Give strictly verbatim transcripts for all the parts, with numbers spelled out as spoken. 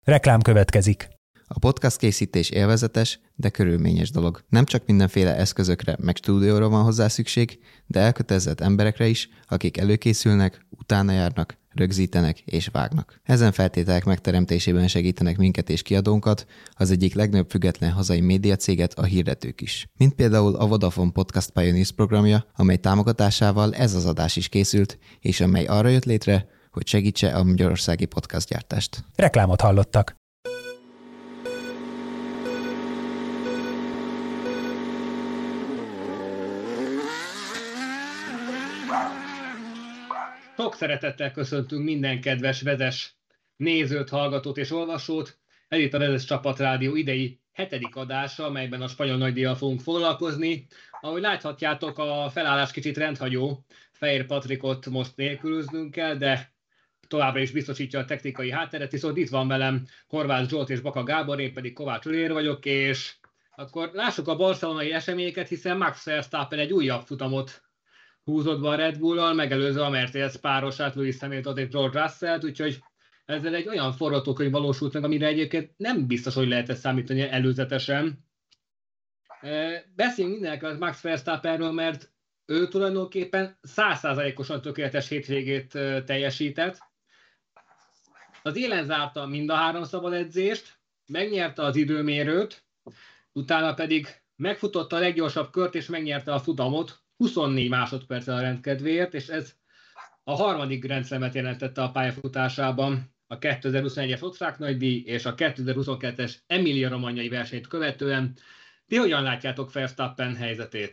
Reklám következik. A podcast készítés élvezetes, de körülményes dolog. Nem csak mindenféle eszközökre meg stúdióra van hozzá szükség, de elkötelezett emberekre is, akik előkészülnek, utána járnak, rögzítenek és vágnak. Ezen feltételek megteremtésében segítenek minket és kiadónkat, az egyik legnagyobb független hazai médiacéget, a hirdetők is. Mint például a Vodafone Podcast Pioneers programja, amely támogatásával ez az adás is készült, és amely arra jött létre, hogy segítse a magyarországi podcastgyártást. Reklámot hallottak. Sok szeretettel köszöntünk minden kedves vezes nézőt, hallgatót és olvasót. Ez itt a Vezes Csapat Rádió idei hetedik adása, amelyben a spanyol nagydíjjal fogunk foglalkozni. Ahogy láthatjátok, a felállás kicsit rendhagyó. Fehér Patrikot most nélkülöznünk kell, de továbbra is biztosítja a technikai hátteret, viszont itt van velem Horváth Zsolt és Baka Gábor, én pedig Kovács Ülér vagyok, és akkor lássuk a barcelonai eseményeket, hiszen Max Verstappen egy újabb futamot húzott be a Red Bull-al, megelőzve a Mercedes párosát, Lewis Hamilton és George Russell-t, úgyhogy ezzel egy olyan forgatókönyv valósult meg, amire egyébként nem biztos, hogy lehet ezt számítani előzetesen. Beszéljünk mindenekről Max Verstappenről, mert ő tulajdonképpen száz százalékosan tökéletes hétvégét teljesített. Az élen zárta mind a három szabad edzést, megnyerte az időmérőt, utána pedig megfutotta a leggyorsabb kört és megnyerte a futamot huszonnégy másodperccel a rendkedvéért, és ez a harmadik Grand Slamet jelentette a pályafutásában a kétezer-huszonegyes osztrák nagydíj és a kétezer-huszonkettes Emilia-romagnai versenyt követően. Ti hogyan látjátok Verstappen helyzetét?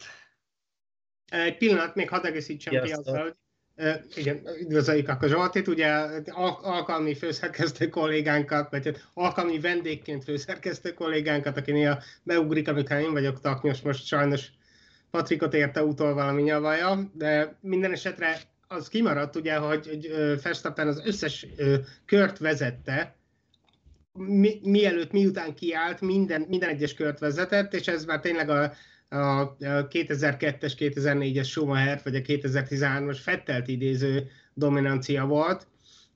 Egy pillanat, még hadd egészítsem ki azzal, hogy uh, igen, üdvözöljük akkor Zsoltit, ugye al- alkalmi főszerkesztő kollégánkat, vagy alkalmi vendégként főszerkesztő kollégánkat, aki néha beugrik, amikor én vagyok taknyos, most sajnos Patrikot érte utol valami nyavaja, de minden esetre az kimaradt, ugye, hogy, hogy Verstappen az összes kört vezette, mi, mielőtt, miután kiállt, minden, minden egyes kört vezetett, és ez már tényleg a, a kétezer-kettes, kétezer-négyes Schumacher, vagy a kétezer-tizenhármas Vettelt idéző dominancia volt.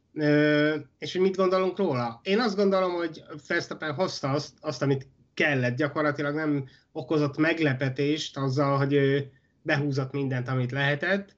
És hogy mit gondolunk róla? Én azt gondolom, hogy Verstappen hozta azt, azt amit kellett, gyakorlatilag nem okozott meglepetést azzal, hogy ő behúzott mindent, amit lehetett.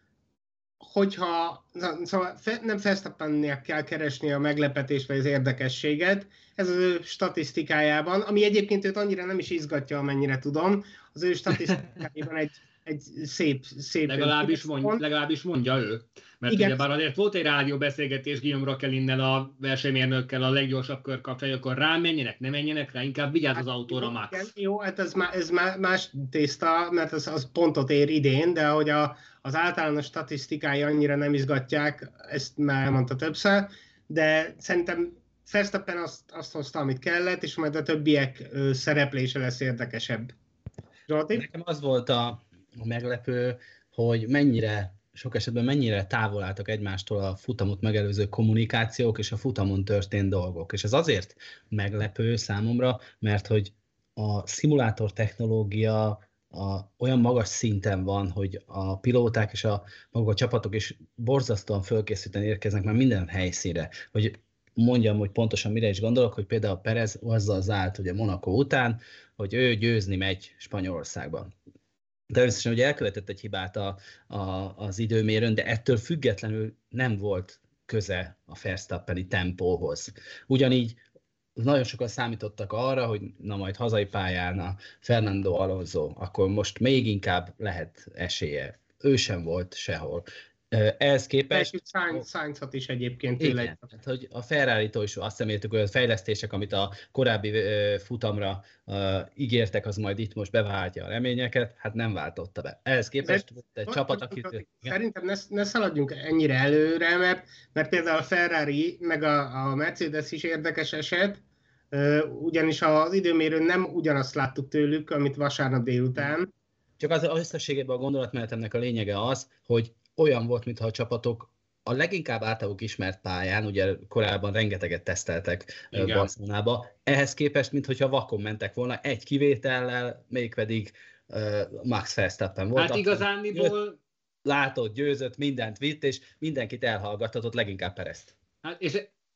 Hogyha, szóval nem Verstappennél kell keresni a meglepetést vagy az érdekességet, ez az ő statisztikájában, ami egyébként őt annyira nem is izgatja, amennyire tudom, az ő statisztikájában egy, egy szép, szép... Legalábbis, mond, legalábbis mondja ő. Mert igen. Ugyebár azért volt egy rádióbeszélgetés Guillaume Roquelinnel, a versenymérnökkel a leggyorsabb kör kapcsán, hogy akkor rámenjenek, ne menjenek rá, inkább vigyázz az autóra, Max. Igen, jó, hát ez, má, ez más tészta, mert az, az pontot ér idén, de hogy a, az általános statisztikái annyira nem izgatják, ezt már elmondta többször, de szerintem Verstappen azt, azt hozta, amit kellett, és majd a többiek ö, szereplése lesz érdekesebb. Zsolti? Nekem az volt a meglepő, hogy mennyire, sok esetben mennyire távol álltak egymástól a futamot megelőző kommunikációk és a futamon történt dolgok. És ez azért meglepő számomra, mert hogy a szimulátor technológia a, olyan magas szinten van, hogy a pilóták és a maguk a csapatok is borzasztóan fölkészülten érkeznek már minden helyszínre. Hogy mondjam, hogy pontosan mire is gondolok, hogy például Perez azzal zárt ugye Monaco után, hogy ő győzni megy Spanyolországban. Természetesen ugye elkövetett egy hibát a, a, az időmérőn, de ettől függetlenül nem volt köze a Verstappeni tempóhoz. Ugyanígy nagyon sokan számítottak arra, hogy na majd hazai pályán a Fernando Alonso, akkor most még inkább lehet esélye. Ő sem volt sehol. Ehhez képest... Sainzot is egyébként. Igen, tehát, hogy a Ferrari-tól is azt reméltük, hogy a fejlesztések, amit a korábbi uh, futamra uh, ígértek, az majd itt most beváltja a reményeket, hát nem váltotta be. Ehhez képest de, volt egy hogy, csapat, akit... Hogy, szerintem ne, ne szaladjunk ennyire előre, mert, mert például a Ferrari, meg a, a Mercedes is érdekes eset, uh, ugyanis az időmérőn nem ugyanazt láttuk tőlük, amit vasárnap délután. Csak az összességében a gondolatmenetemnek a lényege az, hogy olyan volt, mintha a csapatok a leginkább általuk ismert pályán, ugye korábban rengeteget teszteltek Barcelonába, ehhez képest, mintha vakon mentek volna, egy kivétellel, mégpedig uh, Max Verstappen volt. Hát igazániból... Látott, győzött, mindent vitt, és mindenkit elhallgattatott, leginkább Perezt. Hát és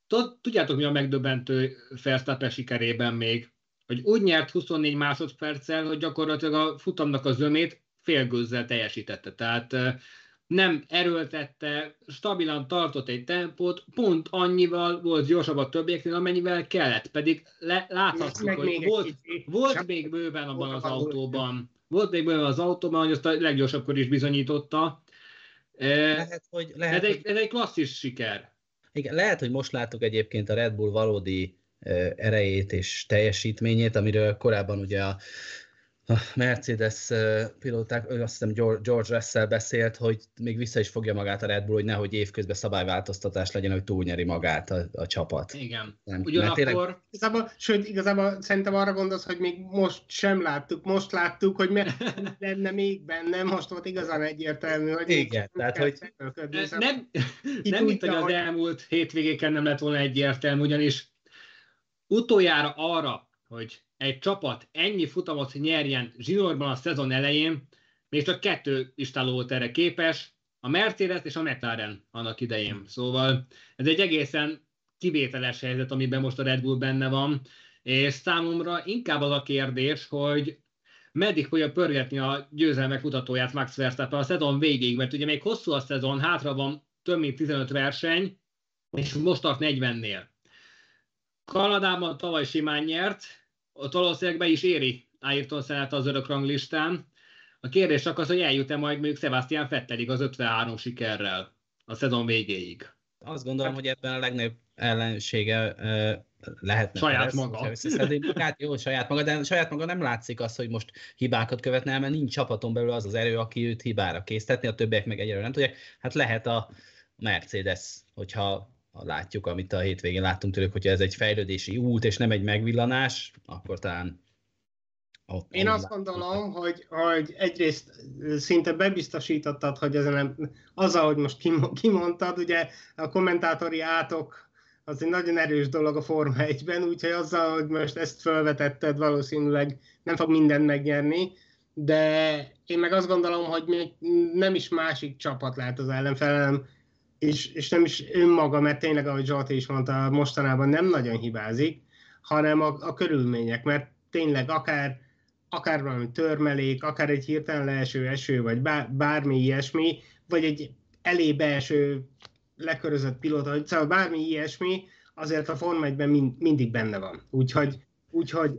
Tudjátok, mi a megdöbbentő Verstappen sikerében még? Hogy úgy nyert huszonnégy másodperccel, hogy gyakorlatilag a futamnak a zömét félgőzzel teljesítette. Tehát nem erőltette, stabilan tartott egy tempót, pont annyival volt gyorsabb a többieknél, amennyivel kellett. Pedig le, láthatjuk, hogy még volt, volt még bőven abban az autóban. Volt még bőven az autóban, hogy azt a leggyorsabbkor is bizonyította. Lehet, hogy, lehet, ez, egy, hogy... ez egy klasszis siker. Igen, lehet, hogy most láttuk egyébként a Red Bull valódi erejét és teljesítményét, amiről korábban ugye a, a Mercedes pilóták, azt hiszem George Russell beszélt, hogy még vissza is fogja magát a Red Bull, hogy nehogy évközben szabályváltoztatás legyen, hogy túlnyeri magát a, a csapat. Igen. Nem, ugyanakkor... tényleg... Igazából, sőt, igazából szerintem arra gondolsz, hogy még most sem láttuk, most láttuk, hogy lenne még benne, most volt igazán egyértelmű, hogy... Igen, tehát, hogy... Nem, nem mint, hogy az elmúlt hétvégéken nem lett volna egyértelmű, ugyanis utoljára arra, hogy egy csapat ennyi futamot nyerjen zsinórban a szezon elején, még csak kettő istáló volt erre képes, a Mercedes és a McLaren annak idején. Szóval ez egy egészen kivételes helyzet, amiben most a Red Bull benne van, és számomra inkább az a kérdés, hogy meddig fogja pörgetni a győzelmek mutatóját Max Verstappen a szezon végéig, mert ugye még hosszú a szezon, hátra van több mint tizenöt verseny, és most tart negyvennél. Kanadában tavaly simán nyert, ott valószínűleg be is éri Ayrton Senna az örök ranglistán. A kérdés csak az, hogy eljut-e majd mondjuk Sebastian Vettelig az ötvenhárom sikerrel a szezon végéig. Azt gondolom, hogy ebben a legnagyobb ellensége uh, lehetne. Saját Perez, maga. Hát jó, saját maga, de saját maga nem látszik az, hogy most hibákat követne el, mert nincs csapaton belül az az erő, aki őt hibára késztetni, a többiek meg egyelőre nem tudják. Hát lehet a Mercedes, hogyha látjuk, amit a hétvégén láttunk tőlük, hogyha ez egy fejlődési út, és nem egy megvillanás, akkor talán... Ott Én azt gondolom, hogy, hogy egyrészt szinte bebiztosítottad, hogy ezen nem, az, ahogy most kimondtad, ugye a kommentátori átok az egy nagyon erős dolog a Forma egyben, úgyhogy azzal, hogy most ezt felvetetted, valószínűleg nem fog mindent megnyerni, de én meg azt gondolom, hogy még nem is másik csapat lehet az ellenfelem, és, és nem is önmaga, mert tényleg, ahogy Zsolti is mondta, mostanában nem nagyon hibázik, hanem a, a körülmények, mert tényleg akár, akár valami törmelék, akár egy hirtelen leeső eső, vagy bár, bármi ilyesmi, vagy egy elébeeső, lekörözött pilóta, szóval bármi ilyesmi, azért a Forma egyben mind, mindig benne van. Úgyhogy, úgyhogy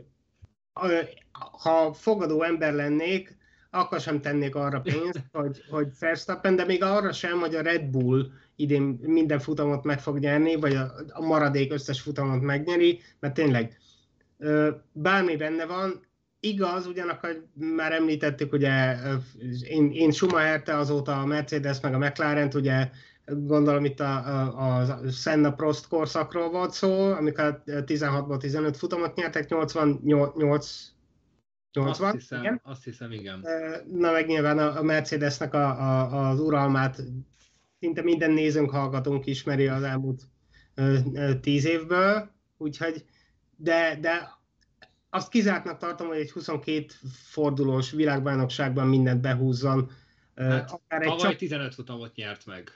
ha fogadó ember lennék, akkor sem tennék arra pénzt, hogy, hogy Verstappen, de még arra sem, hogy a Red Bull idén minden futamot meg fog nyerni, vagy a, a maradék összes futamot megnyeri, mert tényleg bármi benne van. Igaz, ugyanakkor már említettük, ugye én, én Schumacher, te azóta a Mercedes meg a McLaren-t, ugye gondolom itt a, a, a Senna-Prost korszakról volt szó, amikor tizenhatból tizenöt futamot nyertek, nyolcvannyolc nyolcvan, azt hiszem, igen. Azt hiszem, igen. Na meg nyilván a Mercedesnek a, a, az uralmát szinte minden nézőnk, hallgatónk ismeri az elmúlt tíz évből, úgyhogy, de, de azt kizártnak tartom, hogy egy huszonkét fordulós világbajnokságban mindent behúzzon. Hát, akár egy tavaly csak... tizenöt futamot nyert meg.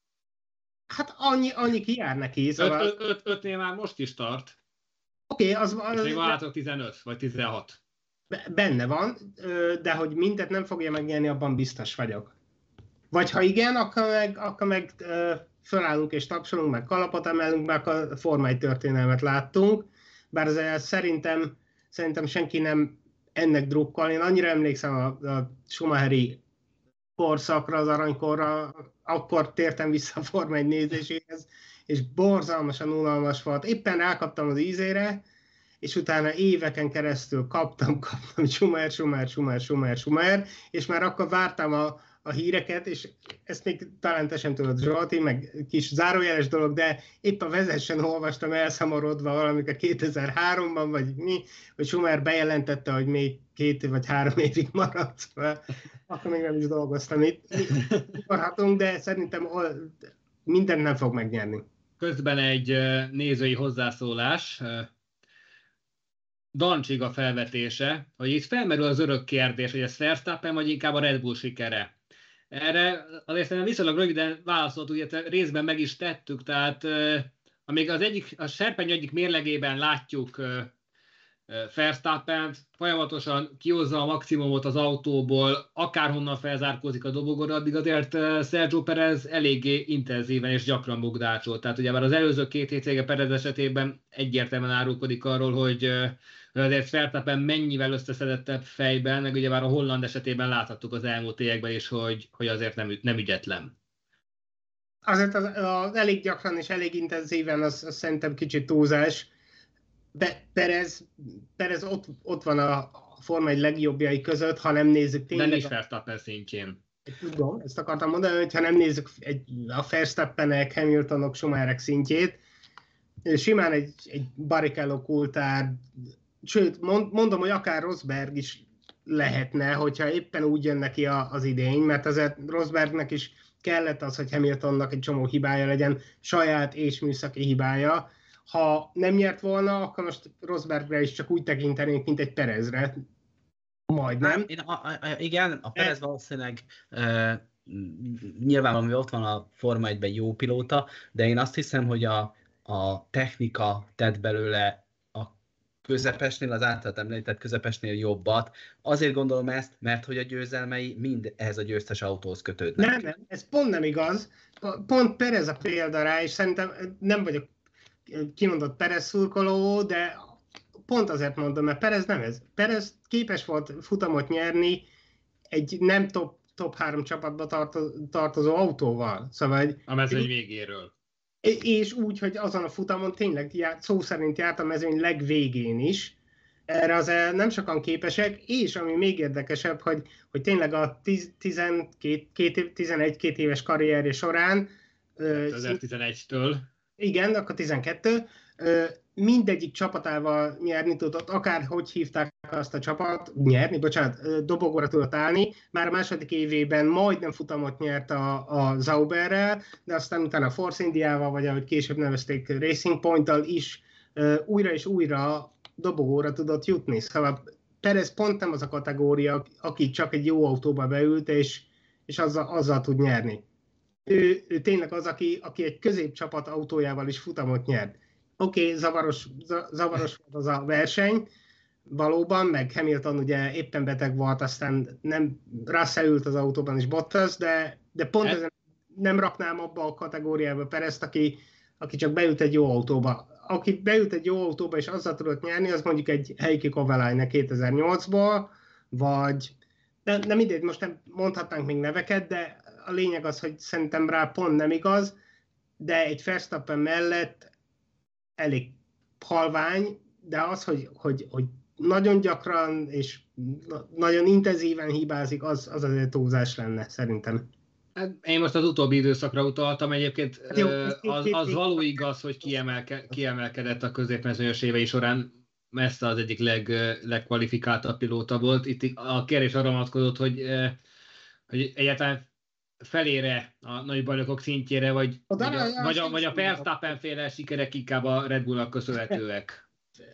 Hát annyi, annyi kijár neki. Szóval... öt, öt, öt, ötnél már most is tart. Oké, okay, az... És még váltok tizenöt, vagy tizenhat. Benne van, de hogy mindet nem fogja megnyerni, abban biztos vagyok. Vagy ha igen, akkor meg, akkor meg fölállunk és tapsolunk, meg kalapot emelünk, meg a Forma egy történelmet láttunk. Bár azért szerintem, szerintem senki nem ennek drukkol. Én annyira emlékszem a, a Schumacheri korszakra, az aranykorra, akkor tértem vissza a Forma egy nézéséhez, és borzalmasan unalmas volt. Éppen rákaptam az ízére, és utána éveken keresztül kaptam, kaptam Schumacher, Schumacher, Schumacher, Schumacher, Schumacher, és már akkor vártam a, a híreket, és ezt még talán te sem tudod, Zsolti, meg kis zárójeles dolog, de épp a vezessen olvastam elszamorodva valamikor kétezer-háromban, vagy mi, hogy Schumacher bejelentette, hogy még két vagy három évig maradt, akkor még nem is dolgoztam itt. Marhatunk, de szerintem mindent nem fog megnyerni. Közben egy nézői hozzászólás, Dancsiga felvetése, hogy itt felmerül az örök kérdés, hogy ez Verstappen vagy inkább a Red Bull sikere. Erre azért szerintem viszonylag röviden válaszolt, ugye részben meg is tettük, tehát amíg az egyik, a serpenyő egyik mérlegében látjuk Verstappent, folyamatosan kihozza a maximumot az autóból, akárhonnan felzárkózik a dobogóra, addig azért Sergio Perez eléggé intenzíven és gyakran bukdácsolt. Tehát ugye már az előző két hétvége Perez esetében egyértelműen árulkodik arról, hogy azért Verstappen mennyivel összeszedettebb fejben, meg ugye már a holland esetében láthattuk az elmúlt években is, hogy, hogy azért nem, nem ügyetlen. Azért az, az elég gyakran és elég intenzíven, az, az szerintem kicsit túlzás. Be, Perez, Perez ott, ott van a Forma egy legjobbjai között, ha nem nézzük tényleg... De nincs Verstappen szintjén. Tudom, ezt akartam mondani, hogy ha nem nézzük egy, a Verstappenek, Hamiltonok, Schumacherek szintjét, simán egy, egy Barrichello, Coulthard, sőt, mond, mondom, hogy akár Rosberg is lehetne, hogyha éppen úgy jön neki a, az idény, mert azért Rosbergnek is kellett az, hogy Hamiltonnak egy csomó hibája legyen, saját és műszaki hibája. Ha nem nyert volna, akkor most Rosbergre is csak úgy tekintenénk, mint egy Perezre. Majdnem. Én a, a, a, igen, a Perez valószínűleg uh, nyilvánvalóan ott van a Forma egyben jó pilóta, de én azt hiszem, hogy a, a technika tett belőle a közepesnél, az általát említett közepesnél jobbat. Azért gondolom ezt, mert hogy a győzelmei mind ehhez a győztes autóhoz kötődnek. Nem, nem, ez pont nem igaz. Pont Perez a példa rá, és szerintem nem vagyok kimondott Perez szurkoló, de pont azért mondom, mert Perez nem ez. Perez képes volt futamot nyerni egy nem top, top három csapatba tartozó autóval. Szóval, a mezőny végéről. És úgy, hogy azon a futamon tényleg járt, szó szerint járt a mezőny legvégén is. Erre azért nem sokan képesek, és ami még érdekesebb, hogy, hogy tényleg a tizenegy-két éves karrierje során kétezer-tizenegytől igen, akkor tizenkettő. Mindegyik csapatával nyerni tudott, akár hogy hívták azt a csapat, nyerni, bocsánat, dobogóra tudott állni. Már a második évében majdnem futamot nyert a, a Sauberrel, de aztán utána a Force Indiával, vagy ahogy később nevezték Racing Point-tal is újra és újra dobogóra tudott jutni. Szóval Perez pont nem az a kategória, aki csak egy jó autóba beült, és, és azzal, azzal tud nyerni. Ő, ő tényleg az, aki, aki egy középcsapat autójával is futamot nyert. Oké, okay, zavaros, zavaros volt az a verseny, valóban, meg Hamilton ugye éppen beteg volt, aztán nem Russell ült az autóban is Bottas, de, de pont ezen nem raknám abba a kategóriába Perezt, aki, aki csak beült egy jó autóba. Aki beült egy jó autóba és azzal tudott nyerni, az mondjuk egy Heikki Kovalainen kétezer-nyolcból, vagy nem, nem idén, most nem mondhatnánk még neveket, de a lényeg az, hogy szerintem rá pont nem igaz, de egy Verstappen mellett elég halvány, de az, hogy, hogy, hogy nagyon gyakran és nagyon intenzíven hibázik, az, az azért túlzás lenne, szerintem. Én most az utóbbi időszakra utaltam, egyébként hát jó, az, az való igaz, hogy kiemelke, kiemelkedett a középmezőnyös évei során, messze az egyik leg, legkvalifikáltabb pilóta volt. Itt a kérdés arra vonatkozott, hogy, hogy egyáltalán felére a nagy bajnokok szintjére, vagy, vagy a, vagy a, vagy a Verstappen-féle sikerek inkább a Red Bullnak köszönhetőek?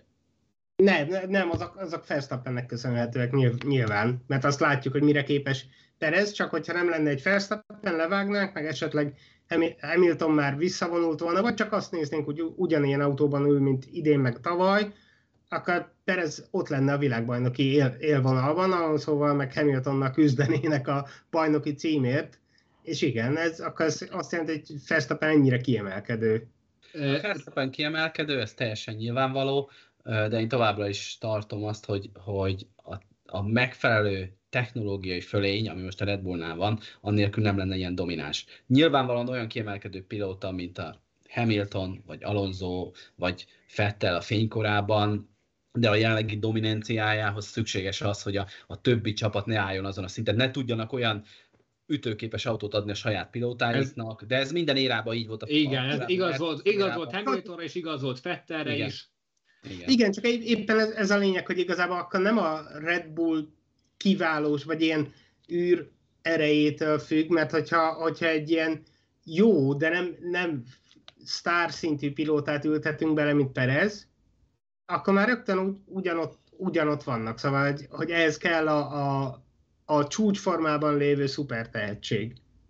Nem, nem, azok, azok Verstappennek köszönhetőek nyilván, mert azt látjuk, hogy mire képes Perez, csak hogyha nem lenne egy Verstappen, levágnánk, meg esetleg Hamilton már visszavonult volna, vagy csak azt néznénk, hogy ugyanilyen autóban ül, mint idén meg tavaly, akkor Perez ott lenne a világbajnoki él, élvonalban, szóval meg Hamiltonnak küzdenének a bajnoki címért, és igen, ez akkor ez azt jelenti, hogy Verstappen ennyire kiemelkedő. Verstappen kiemelkedő, ez teljesen nyilvánvaló, de én továbbra is tartom azt, hogy, hogy a, a megfelelő technológiai fölény, ami most a Red Bullnál van, annélkül nem lenne ilyen domináns. Nyilvánvalóan olyan kiemelkedő pilóta, mint a Hamilton, vagy Alonso, vagy Vettel a fénykorában, de a jelenlegi dominanciájához szükséges az, hogy a, a többi csapat ne álljon azon a szinten, ne tudjanak olyan ütőképes autót adni a saját pilótáiknak, de ez minden érában így volt. A igen, ez igaz volt, igaz volt Hamiltonra, és igaz volt Vettelre igen. is. Igen, Igen csak éppen ez, ez a lényeg, hogy igazából akkor nem a Red Bull kiválós, vagy ilyen űr erejétől függ, mert hogyha, hogyha egy ilyen jó, de nem, nem sztár szintű pilótát ültetünk bele, mint Perez, akkor már rögtön ugy, ugyanott, ugyanott vannak. Szóval, hogy, hogy ehhez kell a, a, a csúcsformában lévő szuper tehetség.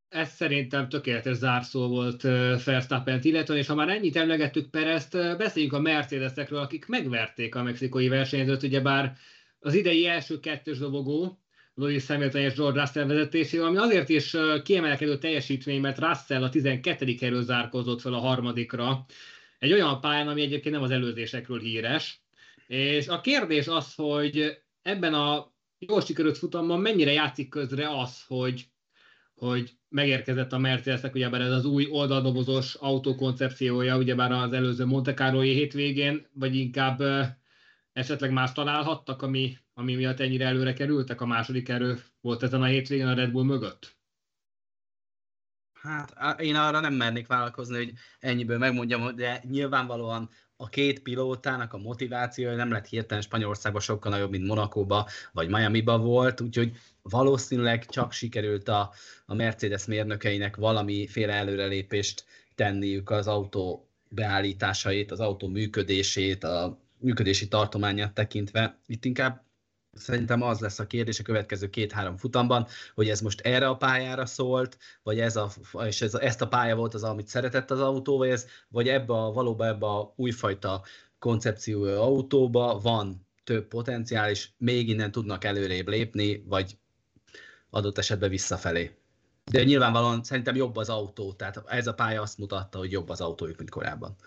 Ez szerintem tökéletes zárszó volt Verstappent illetően, és ha már ennyit emlegettük Perezt, beszéljünk a Mercedesekről, akik megverték a mexikói versenyzőt, ugyebár az idei első kettős dobogó, Lewis Hamilton és George Russell vezetésével, ami azért is kiemelkedő teljesítmény, mert Russell a tizenkettedik helyről zárkózott fel a harmadikra, egy olyan pályán, ami egyébként nem az előzésekről híres. És a kérdés az, hogy ebben a jól sikerült futamban mennyire játszik közre az, hogy, hogy megérkezett a Mercedesnek, ugyebár ez az új oldaldobozos autókoncepciója, ugyebár az előző Monte Carlói hétvégén, vagy inkább esetleg más találhattak, ami, ami miatt ennyire előre kerültek? A második erő volt ezen a hétvégén a Red Bull mögött? Hát én arra nem mernék vállalkozni, hogy ennyiből megmondjam, de nyilvánvalóan a két pilótának a motivációja nem lett hirtelen Spanyolországban sokkal nagyobb, mint Monacóba vagy Miamiba volt, úgyhogy valószínűleg csak sikerült a, a Mercedes mérnökeinek valamiféle előrelépést tenniük az autó beállításait, az autó működését, a működési tartományát tekintve. Itt inkább szerintem az lesz a kérdés a következő két-három futamban, hogy ez most erre a pályára szólt, vagy ez a, és ez a, ezt a pálya volt az, amit szeretett az autó, vagy, ez, vagy ebbe a, valóban ebbe a újfajta koncepciói autóba van több potenciál, és még innen tudnak előrébb lépni, vagy adott esetben visszafelé. De nyilvánvalóan szerintem jobb az autó, tehát ez a pálya azt mutatta, hogy jobb az autójuk, mint korábban.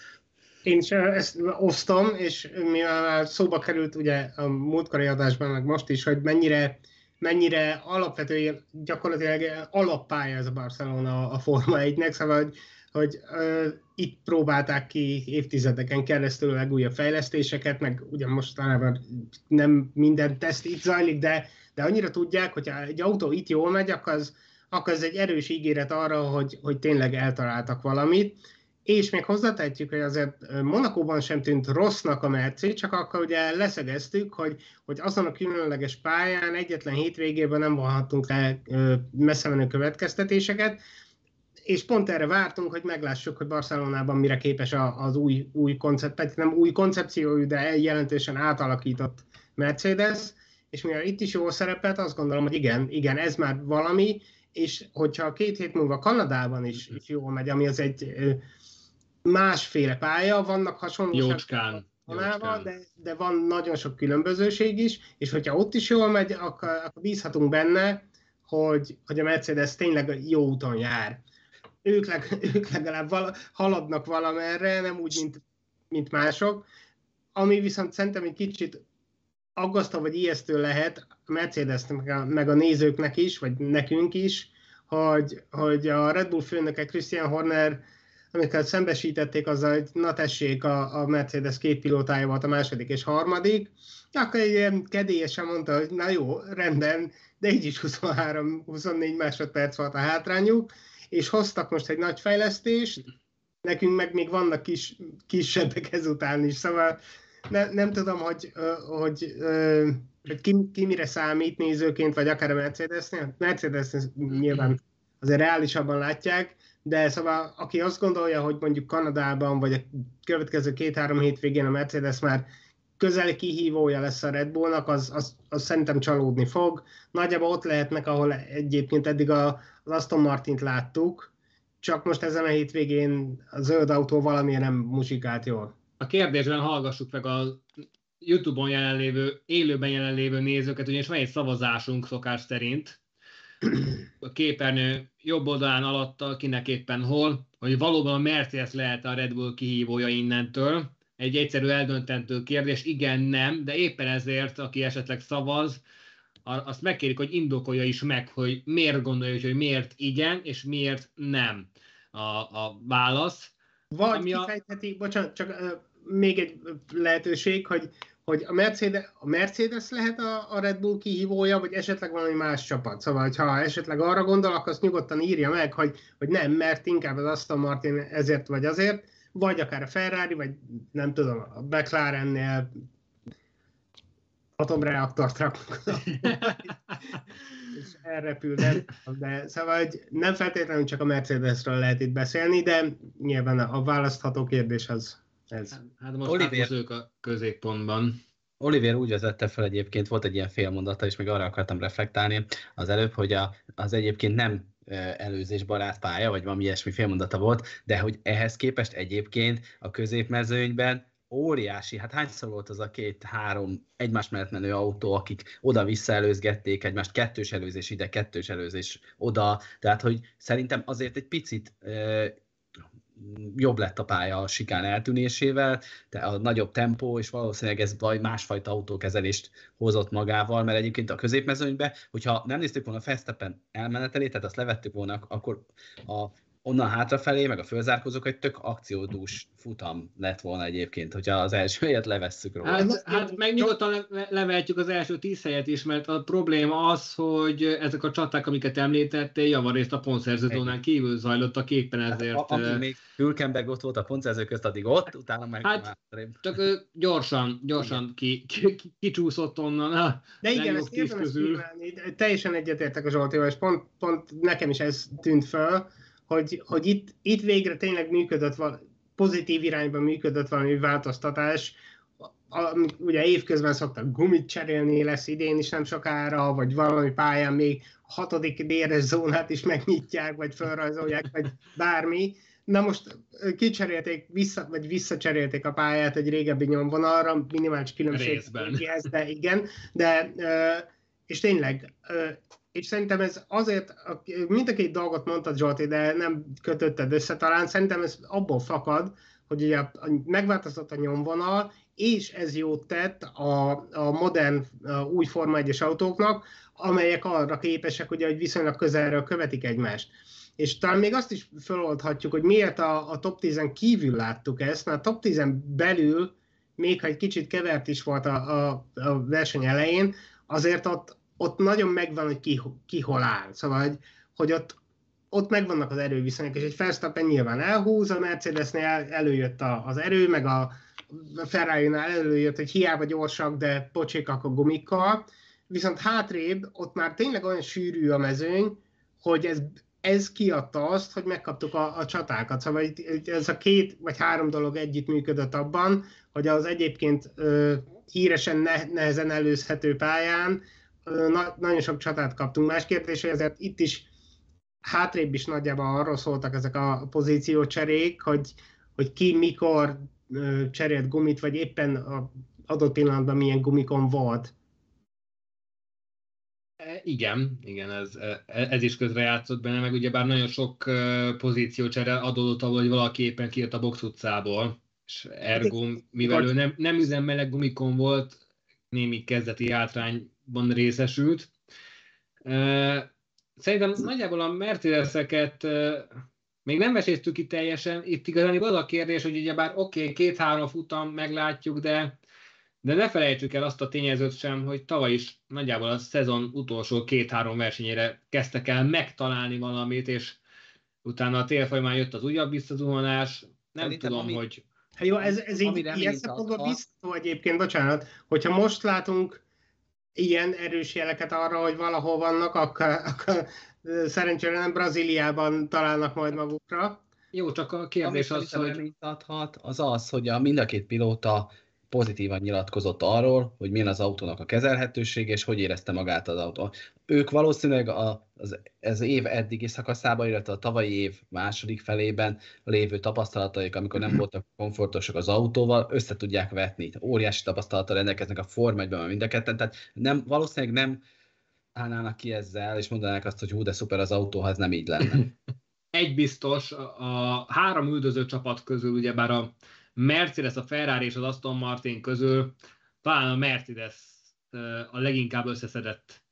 Én is ezt osztom, és mivel már szóba került ugye a múltkori adásban, meg most is, hogy mennyire, mennyire alapvető, gyakorlatilag alappálya ez a Barcelona a Forma egynek, szóval, hogy, hogy uh, itt próbálták ki évtizedeken keresztül a legújabb fejlesztéseket, meg ugye mostanában nem minden teszt itt zajlik, de, de annyira tudják, hogy ha egy autó itt jól megy, akkor az, akkor az egy erős ígéret arra, hogy, hogy tényleg eltaláltak valamit. És még hozzátehetjük, hogy azért Monacóban sem tűnt rossznak a Merci, csak akkor ugye leszögeztük, hogy, hogy azon a különleges pályán egyetlen hétvégében nem vonhatunk le messze menő következtetéseket, és pont erre vártunk, hogy meglássuk, hogy Barcelonában mire képes az új, új koncept, nem új koncepciójú, de jelentősen átalakított Mercedes, és mivel itt is jól szerepelt, azt gondolom, hogy igen, igen, ez már valami, és hogyha két hét múlva Kanadában is, is jól megy, ami az egy másféle pálya, vannak hasonlóságok, de, de van nagyon sok különbözőség is, és hogyha ott is jól megy, akkor, akkor bízhatunk benne, hogy, hogy a Mercedes tényleg jó úton jár. Ők, leg, ők legalább vala, haladnak valamerre, nem úgy, mint, mint mások, ami viszont szerintem egy kicsit aggasztó vagy ijesztő lehet a Mercedesnek, meg a, meg a nézőknek is, vagy nekünk is, hogy, hogy a Red Bull főnöke Christian Horner, amikor szembesítették azzal, hogy na tessék, a, a Mercedes két pilótája volt a második és harmadik, akkor egy ilyen kedélyesen mondta, hogy na jó, rendben, de így is huszonhárom-huszonnégy másodperc volt a hátrányuk, és hoztak most egy nagy fejlesztést, nekünk meg még vannak kis, kisebbek ezután is, szóval ne, nem tudom, hogy, hogy, hogy ki, ki mire számít nézőként, vagy akár a Mercedesnél. Mercedes nyilván azért reálisabban látják, de szóval aki azt gondolja, hogy mondjuk Kanadában, vagy a következő két-három hétvégén a Mercedes már közeli kihívója lesz a Red Bullnak, az, az, az szerintem csalódni fog. Nagyjából ott lehetnek, ahol egyébként eddig a, az Aston Martint láttuk, csak most ezen a hétvégén a zöld autó valamilyen nem muzsikált jól. A kérdésben hallgassuk meg a YouTube-on jelenlévő, élőben jelenlévő nézőket, ugyanis van egy szavazásunk szokás szerint, a képernyő jobb oldalán alatta, kinek éppen hol, hogy valóban a Mercedes lehet a Red Bull kihívója innentől. Egy egyszerű eldöntendő kérdés, igen, nem, de éppen ezért, aki esetleg szavaz, azt megkérik, hogy indokolja is meg, hogy miért gondolja, hogy miért igen, és miért nem a, a válasz. Vagy kifejtheti, a... bocsánat, csak uh, még egy lehetőség, hogy hogy a Mercedes, a Mercedes lehet a, a Red Bull kihívója, vagy esetleg valami más csapat. Szóval, ha esetleg arra gondol, akkor azt nyugodtan írja meg, hogy, hogy nem, mert inkább az Aston Martin ezért vagy azért, vagy akár a Ferrari, vagy nem tudom, a McLarennél atomreaktort rakunk. És elrepül, nem, de szóval hogy nem feltétlenül csak a Mercedesről lehet itt beszélni, de nyilván a választható kérdés az ez. Hát most Oliver, ők a középpontban. Oliver úgy vezette fel egyébként, volt egy ilyen félmondata, és még arra akartam reflektálni az előbb, hogy a, az egyébként nem előzésbarát pálya, vagy valami ilyesmi félmondata volt, de hogy ehhez képest egyébként a középmezőnyben óriási, hát hányszor volt az a két-három egymás mellett menő autó, akik oda-vissza előzgették egymást, kettős előzés ide, kettős előzés oda, tehát hogy szerintem azért egy picit e, jobb lett a pálya a sikán eltűnésével, a nagyobb tempó, és valószínűleg ez másfajta autókezelést hozott magával, mert egyébként a középmezőnybe, hogyha nem néztük volna a Verstappen elmenetelét, tehát azt levettük volna, akkor a onnan hátrafelé, meg a fölzárkózók egy tök akciódús futam lett volna egyébként, hogyha az első helyet levesszük róla. Hát, hát meg nyugodtan le- levehetjük az első tíz helyet is, mert a probléma az, hogy ezek a csaták, amiket említettél, javarészt a pontszerzőzónán kívül zajlottak éppen ezért. Hát, amíg még Hülkenberg ott volt a pontszerző közt, addig ott, utána meg hát, csak gyorsan, gyorsan ki, ki, ki, kicsúszott onnan a De igen, ezt érdemes kívánni. Teljesen egyetértek a Zsoltival, és pont, pont nekem is ez tűnt föl, hogy, hogy itt, itt végre tényleg működött, pozitív irányban működött valami változtatás. A, ugye évközben szoktak gumit cserélni, lesz idén is nem sokára, vagy valami pályán még a hatodik dé er es zónát is megnyitják, vagy felrajzolják, vagy bármi. Na most kicserélték, vissza, vagy visszacserélték a pályát egy régebbi nyomvonalra, minimális különbséghez, de igen, de és tényleg és szerintem ez azért, mind a két dolgot mondtad, Zsolti, de nem kötötted össze talán, szerintem ez abból fakad, hogy ugye megváltozott a nyomvonal, és ez jót tett a, a modern, a új Forma egyes autóknak, amelyek arra képesek, ugye, hogy viszonylag közelről követik egymást. És talán még azt is feloldhatjuk, hogy miért a, a top tízen kívül láttuk ezt, mert a top tízen belül, még ha egy kicsit kevert is volt a, a, a verseny elején, azért ott ott nagyon megvan, hogy ki, ki hol áll. Szóval, hogy, hogy ott, ott megvannak az erőviszonyok, és egy Verstappen nyilván elhúz, a Mercedesnél el, előjött a, az erő, meg a Ferrari-nál előjött, hogy hiába gyorsak, de pocsékak a gumikkal, viszont hátrébb ott már tényleg olyan sűrű a mezőny, hogy ez, ez kiadta azt, hogy megkaptuk a, a csatákat. Szóval ez a két vagy három dolog együtt működött abban, hogy az egyébként ö, híresen ne, nehezen előzhető pályán Na, nagyon sok csatát kaptunk. Más kérdés, hogy ezért itt is hátrébb is nagyjából arról szóltak ezek a pozíciócserék, hogy, hogy ki mikor ö, cserélt gumit, vagy éppen az adott pillanatban milyen gumikon volt. Igen, igen, ez, ez is közrejátszott benne, meg ugyebár nagyon sok pozíciócsere adódott abból, hogy valaki éppen kijött a box utcából, és ergo, mivel ő nem, nem üzemmeleg gumikon volt, némi kezdeti hátrányban részesült. Szerintem nagyjából a Mercedeseket még nem veséztük ki teljesen. Itt igazán az a kérdés, hogy ugyebár oké, okay, két-három futam meglátjuk, de, de ne felejtsük el azt a tényezőt sem, hogy tavaly is nagyjából a szezon utolsó két-három versenyére kezdtek el megtalálni valamit, és utána a tél folyamán jött az újabb visszazuhanás. Nem Szerintem, tudom, ami... hogy... Hát jó, ez, ez így ilyen szempontból biztos egyébként, bocsánat, hogyha most látunk ilyen erős jeleket arra, hogy valahol vannak, akkor, akkor szerencsére nem Brazíliában találnak majd magukra. Jó, csak a kérdés Amit az, hogy... Adhat, az az, hogy a mind a két pilóta pozitívan nyilatkozott arról, hogy milyen az autónak a kezelhetősége, és hogy érezte magát az autó. Ők valószínűleg a, az, az év eddigi szakaszában, illetve a tavalyi év második felében lévő tapasztalataik, amikor nem voltak komfortosak az autóval, össze tudják vetni. Óriási tapasztalattal rendelkeznek a Forma egyben mind a ketten, tehát nem, valószínűleg nem állnának ki ezzel, és mondanák azt, hogy hú, de szuper az autó, ha ez nem így lenne. Egy biztos, a három üldöző csapat közül, ugyebár a Mercedes, a Ferrari és az Aston Martin közül talán a Mercedes a leginkább összeszedett.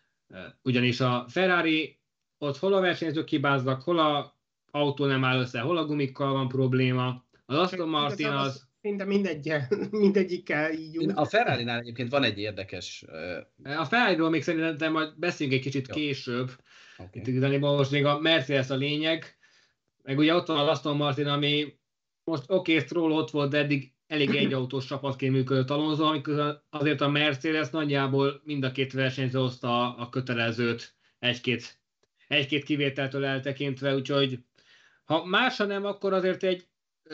Ugyanis a Ferrari ott hol a versenyzők hibáznak, hol a autó nem áll össze, hol a gumikkal van probléma. Az Aston Martin az... Szinte mindegy, mindegyikkel így úgy. A Ferrari-nál egyébként van egy érdekes... A Ferrari-ról még szerintem majd beszélünk egy kicsit Jó. később. Okay. Itt igazából most még a Mercedes a lényeg. Meg ugye ott van az Aston Martin, ami most oké, okay, Stroll ott volt, de eddig elég egyautós csapatként működött Alonso, amikor azért a Mercedes nagyjából mind a két versenyző hozta a kötelezőt egy-két, egy-két kivételtől eltekintve, úgyhogy ha másra nem, akkor azért egy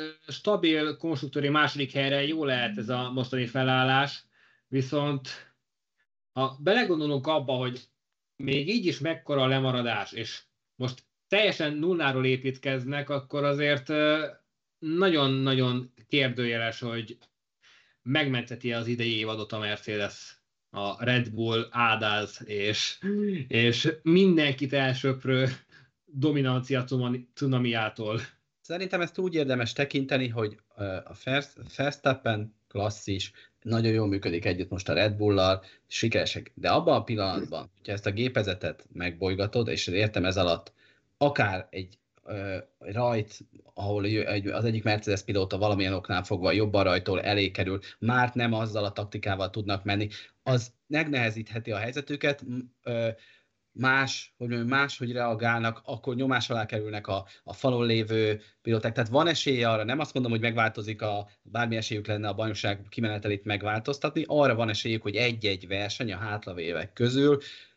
stabil konstruktőri második helyre jó lehet ez a mostani felállás, viszont ha belegondolunk abba, hogy még így is mekkora a lemaradás, és most teljesen nulláról építkeznek, akkor azért nagyon-nagyon kérdőjeles, hogy megmenteti az idei évadot a Mercedes, a Red Bull ádáz és, és mindenkit elsöprő dominancia cunamiától. Szerintem ezt úgy érdemes tekinteni, hogy a Verstappen klasszis, nagyon jól működik együtt most a Red Bull-lal, sikeresek, de abban a pillanatban, hogyha ezt a gépezetet megbolygatod, és értem ez alatt, akár egy uh, rajt, ahol az egyik Mercedes pilóta valamilyen oknál fogva jobban rajtól elé kerül, már nem azzal a taktikával tudnak menni, az megnehezítheti a helyzetüket, uh, más, hogy más, hogy reagálnak, akkor nyomás alá kerülnek a, a falon lévő pilóták. Tehát van esélye arra, nem azt mondom, hogy megváltozik, a, bármi esélyük lenne a bajnokság kimenetelét megváltoztatni, arra van esélyük, hogy egy-egy verseny a hátralévek közül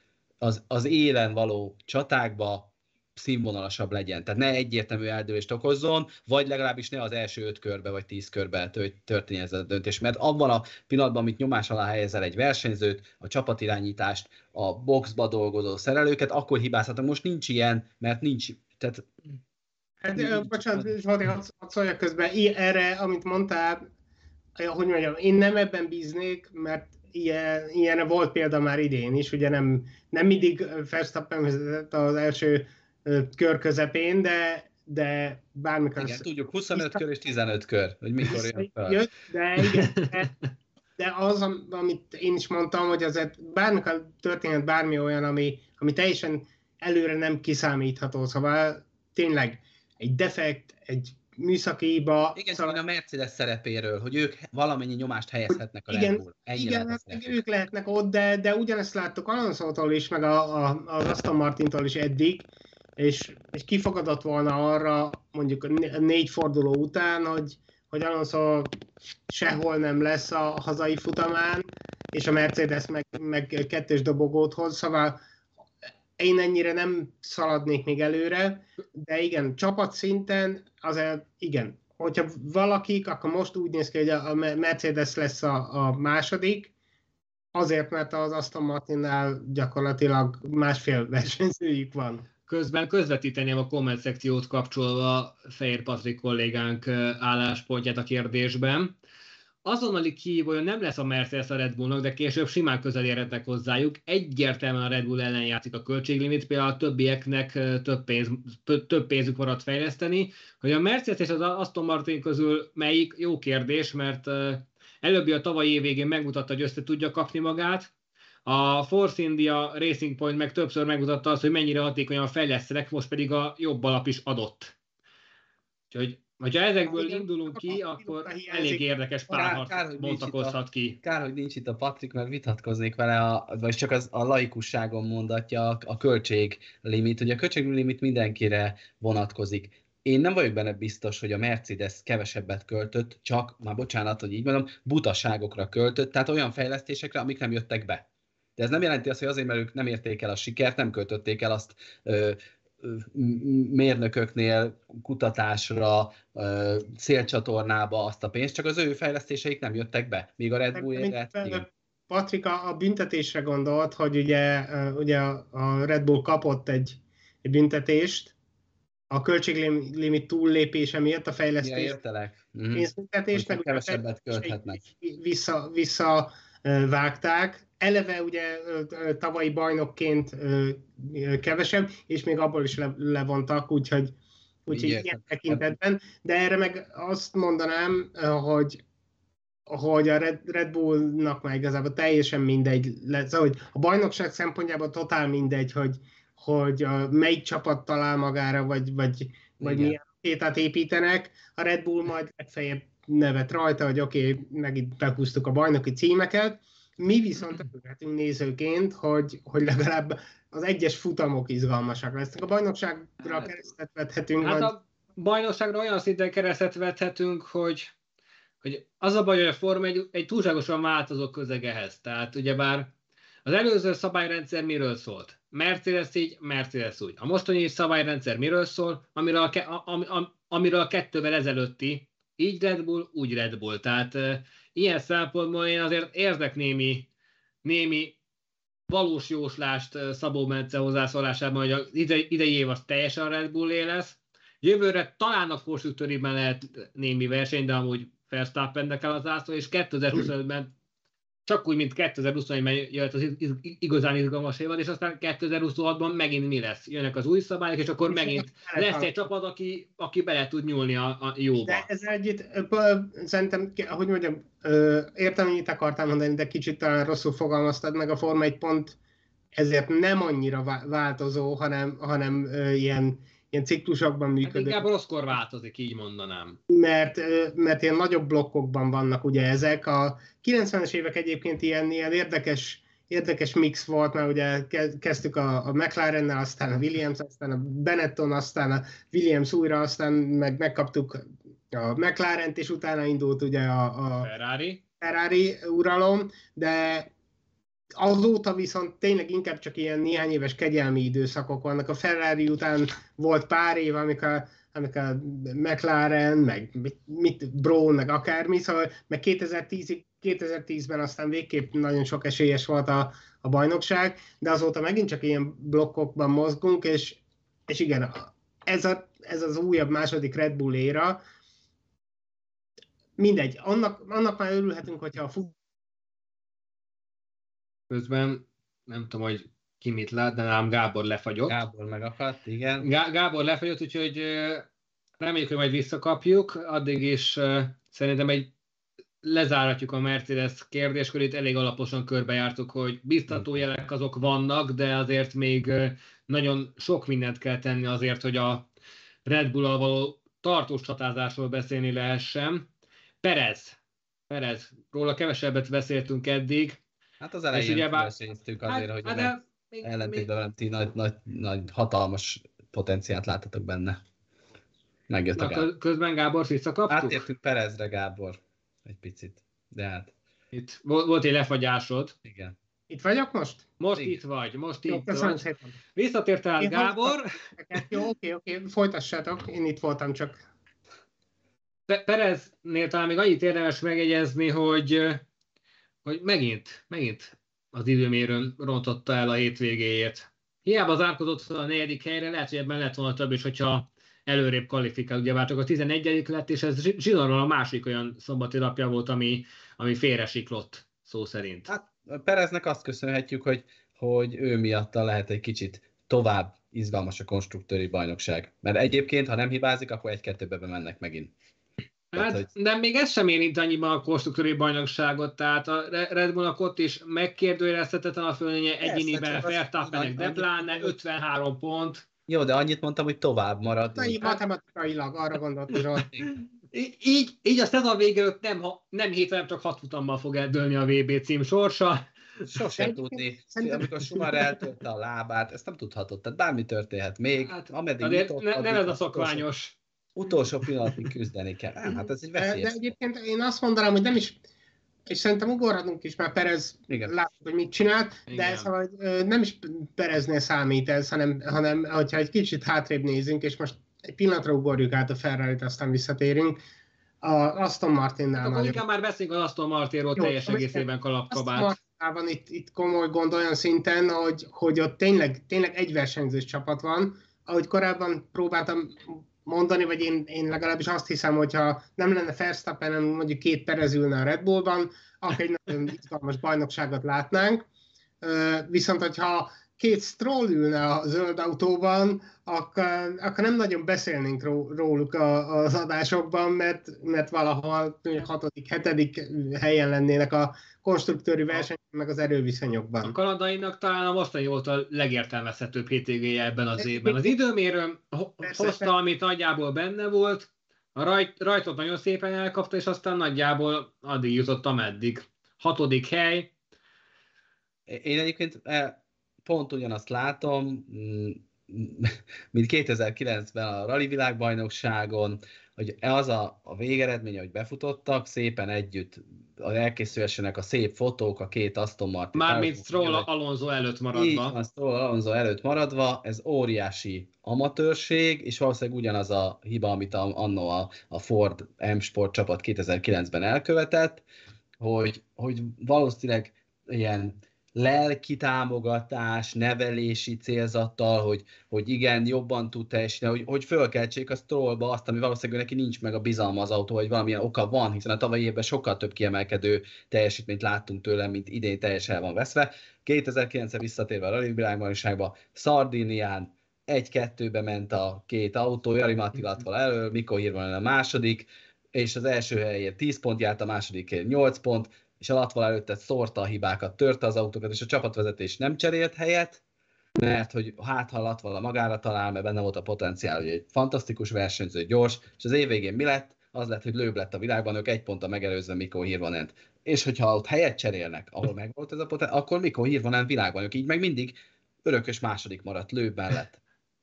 az, az élen való csatákba színvonalasabb legyen. Tehát ne egyértelmű eldőlést okozzon, vagy legalábbis ne az első öt körbe vagy tíz körbe történjen ez a döntés. Mert abban a pillanatban, amit nyomás alá helyezel egy versenyzőt, a csapatirányítást, a boxba dolgozó szerelőket, akkor hibázhatunk. Most nincs ilyen, mert nincs... Tehát... Hát, nincs, bocsánat, Zsolti, hadd szóljak közben. Erre, amit mondtál, hogy mondjam, én nem ebben bíznék, mert ilyen, ilyen volt példa már idén is, ugye nem, nem mindig Verstappen vezetett az első kör közepén, de, de bármikor... Igen, tudjuk, huszonöt kör és tizenöt kör, hogy mikor jön fel. Jött, de igen, de, de az, amit én is mondtam, hogy azért bármikor történhet bármi olyan, ami, ami teljesen előre nem kiszámítható, szóval tényleg egy defekt, egy műszaki hiba... Igen, szóval a Mercedes szerepéről, hogy ők valamennyi nyomást helyezhetnek a Red Bull. Igen, lehet ők lehetnek ott, de, de ugyanezt láttuk Alonsótól is, meg a, a, az Aston Martintól is eddig, és, és kifogadott volna arra mondjuk a négy forduló után, hogy, hogy Alonso sehol nem lesz a hazai futamán, és a Mercedes meg, meg kettős dobogót hoz, szóval én ennyire nem szaladnék még előre, de igen, csapatszinten azért igen, hogyha valakik, akkor most úgy néz ki, hogy a Mercedes lesz a, a második, azért, mert az Aston Martinnál gyakorlatilag másfél versenyzőjük van. Közben közvetíteném a komment szekciót kapcsolva Fehér Patrik kollégánk álláspontját a kérdésben. Azonnali kihívója nem lesz a Mercedes a Red Bullnak, de később simán közel érhetnek hozzájuk. Egyértelműen a Red Bull ellen játszik a költséglimit, például a többieknek több, pénz, több pénzük maradt fejleszteni. Hogy a Mercedes és az Aston Martin közül melyik, jó kérdés, mert előbbi a tavalyi év végén megmutatta, hogy össze tudja kapni magát. A Force India Racing Point meg többször megmutatta azt, hogy mennyire hatékonyan fejlesztenek, most pedig a jobb alap is adott. Úgyhogy, hogyha ezekből igen, indulunk ki, akkor elég érdekes párharc bontakozhat ki. Kár, hogy nincs itt a Patrik, mert vitatkoznék vele, a, vagy csak az, a laikusságon mondatja a, a költséglimit. Ugye a költséglimit mindenkire vonatkozik. Én nem vagyok benne biztos, hogy a Mercedes kevesebbet költött, csak, már bocsánat, hogy így mondom, butaságokra költött, tehát olyan fejlesztésekre, amik nem jöttek be. De ez nem jelenti azt, hogy azért, mert ők nem érték el a sikert, nem költötték el azt ö, ö, mérnököknél kutatásra, ö, szélcsatornába azt a pénzt, csak az ő fejlesztéseik nem jöttek be, míg a Red Bull érett. Patrika a büntetésre gondolt, hogy ugye, ugye a Red Bull kapott egy, egy büntetést, a költséglimit túllépése miatt a fejlesztés. Ja, értelek. Pénzbüntetést, meg kevesebbet költhetnek. Vissza, vissza vágták. Eleve ugye tavalyi bajnokként kevesebb, és még abból is le, levontak, úgyhogy, úgyhogy ilyen tekintetben. De erre meg azt mondanám, hogy, hogy a Red, Red Bullnak már igazából teljesen mindegy lesz, hogy a bajnokság szempontjából totál mindegy, hogy, hogy a melyik csapat talál magára, vagy, vagy, vagy milyen tétát építenek. A Red Bull majd legfeljebb nevet rajta, hogy oké, okay, megint behúztuk a bajnoki címeket. Mi viszont örülhetünk nézőként, hogy, hogy legalább az egyes futamok izgalmasak lesznek. A bajnokságra hát, keresztet vethetünk. Hát majd... a bajnokságra olyan szinten keresztet vethetünk, hogy, hogy az a baj, hogy a Forma egy, egy túlságosan változó közeg ehhez. Tehát ugyebár az előző szabályrendszer miről szólt? Mercedes így, Mercedes úgy. A mostani szabályrendszer miről szól? Amiről a, ke, am, am, amiről a kettővel ezelőtti, így Red Bull, úgy Red Bull. Tehát e, ilyen szempontból én azért érzek némi, némi valós jóslást Szabó Bence hozzászólásában, hogy az idei év az teljesen Red Bullé lesz. Jövőre talán a konstruktőriben lehet némi verseny, de amúgy Verstappennek kell az ászló, és kétezer-huszonötben csak úgy, mint kétezer-huszonegyben jött az igazán izgalmas évad, és aztán kétezer-huszonhatban megint mi lesz? Jönnek az új szabályok, és akkor megint lesz egy csapat, aki, aki bele tud nyúlni a, a jóba. De ez együtt, szerintem, hogy mondjam, értem, hogy itt akartál mondani, de kicsit talán rosszul fogalmaztad meg, a Forma egy pont ezért nem annyira változó, hanem, hanem ilyen, ilyen ciklusokban működik. Hát inkább rosszkor változik, így mondanám. Mert, mert ilyen nagyobb blokkokban vannak ugye ezek. A kilencvenes évek egyébként ilyen, ilyen érdekes, érdekes mix volt, mert ugye kezdtük a, a McLarennel, aztán a Williams, aztán a Benetton, aztán a Williams újra, aztán meg megkaptuk a McLarent, és utána indult ugye a, a Ferrari. Ferrari uralom, de azóta viszont tényleg inkább csak ilyen néhány éves kegyelmi időszakok vannak. A Ferrari után volt pár év, amikor, amikor a McLaren, meg mit, mit Brown, meg akármi, szóval meg kétezer-tízig, kétezer-tízben aztán végképp nagyon sok esélyes volt a, a bajnokság, de azóta megint csak ilyen blokkokban mozgunk, és, és igen, ez, a, ez az újabb második Red Bull éra, mindegy, annak, annak már örülhetünk, hogyha a fut közben nem tudom, hogy ki mit lát, de nálam Gábor lefagyott. Gábor megakadt, igen. Gá- Gábor lefagyott, úgyhogy reméljük, hogy majd visszakapjuk. Addig is szerintem egy lezáratjuk a Mercedes kérdéskörét, elég alaposan körbejártuk, hogy biztató jelek azok vannak, de azért még nagyon sok mindent kell tenni azért, hogy a Red Bull-al való tartós csatázásról beszélni lehessen. Perez. Perez. Róla kevesebbet beszéltünk eddig. Hát az elején fülösségeztük azért, hát, hogy hát hát ellentétben velem ti nagy, nagy, nagy hatalmas potenciált láttatok benne. Megjött a Gábor. Közben Gábor visszakaptuk? Átértünk Perezre, Gábor. Egy picit. De hát. Itt volt, volt egy lefagyásod. Igen. Itt vagyok most? Most Igen. itt vagy, most Jó, itt vagy. Visszatértél át, Gábor. Jó, oké, oké, folytassátok, én itt voltam csak. Pereznél talán még annyit érdemes megjegyezni, hogy, hogy megint, megint az időmérőn rontotta el a hétvégéjét. Hiába zárkozott a negyedik helyre, lehet, hogy ebben lett volna több is, hogyha előrébb kvalifikál. Ugye vártak a tizenegyedik lett, és ez zsinórban a másik olyan szombati napja volt, ami, ami félresiklott, szó szerint. Hát Pereznek azt köszönhetjük, hogy, hogy ő miatta lehet egy kicsit tovább izgalmas a konstruktőri bajnokság. Mert egyébként, ha nem hibázik, akkor egy-kettőbe bemennek megint. Hát, tehát, hogy... De még ez sem érint annyiban a konstruktőri bajnokságot, tehát a Red Bullnak ott is megkérdőjelezhetetlen a fölénye egyéniben, Verstappennek, de pláne ötvenhárom pont. Jó, de annyit mondtam, hogy tovább marad. Na, így matematikailag arra gondoltam, hogy így, így a szezon végül nem, nem hét, hanem csak hat futammal fog eldőlni a vé bé cím sorsa. Sosem tudni, amikor Schumacher eltörte a lábát, ezt nem tudhatott, tehát bármi történhet még. Hát, ameddig nyitott, ne, nem ez a szokványos. Utolsó, utolsó pillanatig küzdeni kell. Nem, hát ez egy veszélyes. De egyébként én azt mondanám, hogy nem is, és szerintem ugorhatunk is, már Perez látjuk, hogy mit csinált, igen. De szóval nem is Pereznél számít ez, hanem, hanem hogyha egy kicsit hátrébb nézünk, és most egy pillanatra ugorjuk át a Ferrarit, aztán visszatérünk. A Aston Martinnál hát nagyon... Akkor már beszélünk az Aston Martinról teljes egészében kalapkabát. Aston Martinában itt, itt komoly gond olyan szinten, hogy, hogy ott tényleg, tényleg egy versenyzős csapat van. Ahogy korábban próbáltam mondani, vagy én, én legalábbis azt hiszem, hogyha nem lenne Verstappen, hanem mondjuk két Perez ülne a Red Bullban, akkor egy nagyon izgalmas bajnokságot látnánk. Viszont, hogyha két Stroll ülne a zöld autóban, akkor, akkor nem nagyon beszélnénk róluk az adásokban, mert, mert valahol hatodik, hetedik helyen lennének a konstruktőri versenyben, meg az erőviszonyokban. A kanadainak talán a mostani volt a legértelmezhetőbb hétvégéje ebben az évben. Az időmérőn hozta, amit nagyjából benne volt, a rajt, rajtot nagyon szépen elkapta, és aztán nagyjából addig jutott, ameddig. Hatodik hely. Én egyébként pont ugyanazt látom, mint kétezer-kilencben a Rally világbajnokságon, hogy az a, a végeredmény, hogy befutottak, szépen együtt elkészülhessenek a szép fotók, a két Aston Martin. Mármint Stroll Alonso előtt maradva. Így van, Stroll Alonso előtt maradva, ez óriási amatőrség, és valószínűleg ugyanaz a hiba, amit anno a, a Ford M-Sport csapat kétezer-kilencben elkövetett, hogy, hogy valószínűleg ilyen lelki támogatás, nevelési célzattal, hogy, hogy igen, jobban tud teljesíteni, hogy, hogy fölkeltsék a Strollba azt, ami valószínűleg neki nincs meg a bizalma az autó, vagy valamilyen oka van, hiszen a tavalyi évben sokkal több kiemelkedő teljesítményt láttunk tőle, mint idén teljesen el van veszve. kétezer-kilencre visszatérve a rally világbajnokságba, Szardinián egy-kettőbe ment a két autó, Jari Matti Latvala elől, Mikko Hirvonen a második, és az első helyért tíz pont járt, a másodikért nyolc pont, és a Latvala előtte szórta a hibákat, törte az autókat, és a csapatvezetés nem cserélt helyet, mert hogy hát ha Latvala magára talál, mert benne volt a potenciál, hogy egy fantasztikus versenyző, gyors, és az év végén mi lett? Az lett, hogy Lőb lett a világban, ők egy ponttal megelőzve Mikko Hirvonent. És hogyha ott helyet cserélnek, ahol megvolt ez a potenciál, akkor Mikko Hirvonen világban, ők így meg mindig örökös második maradt Lőb mellett.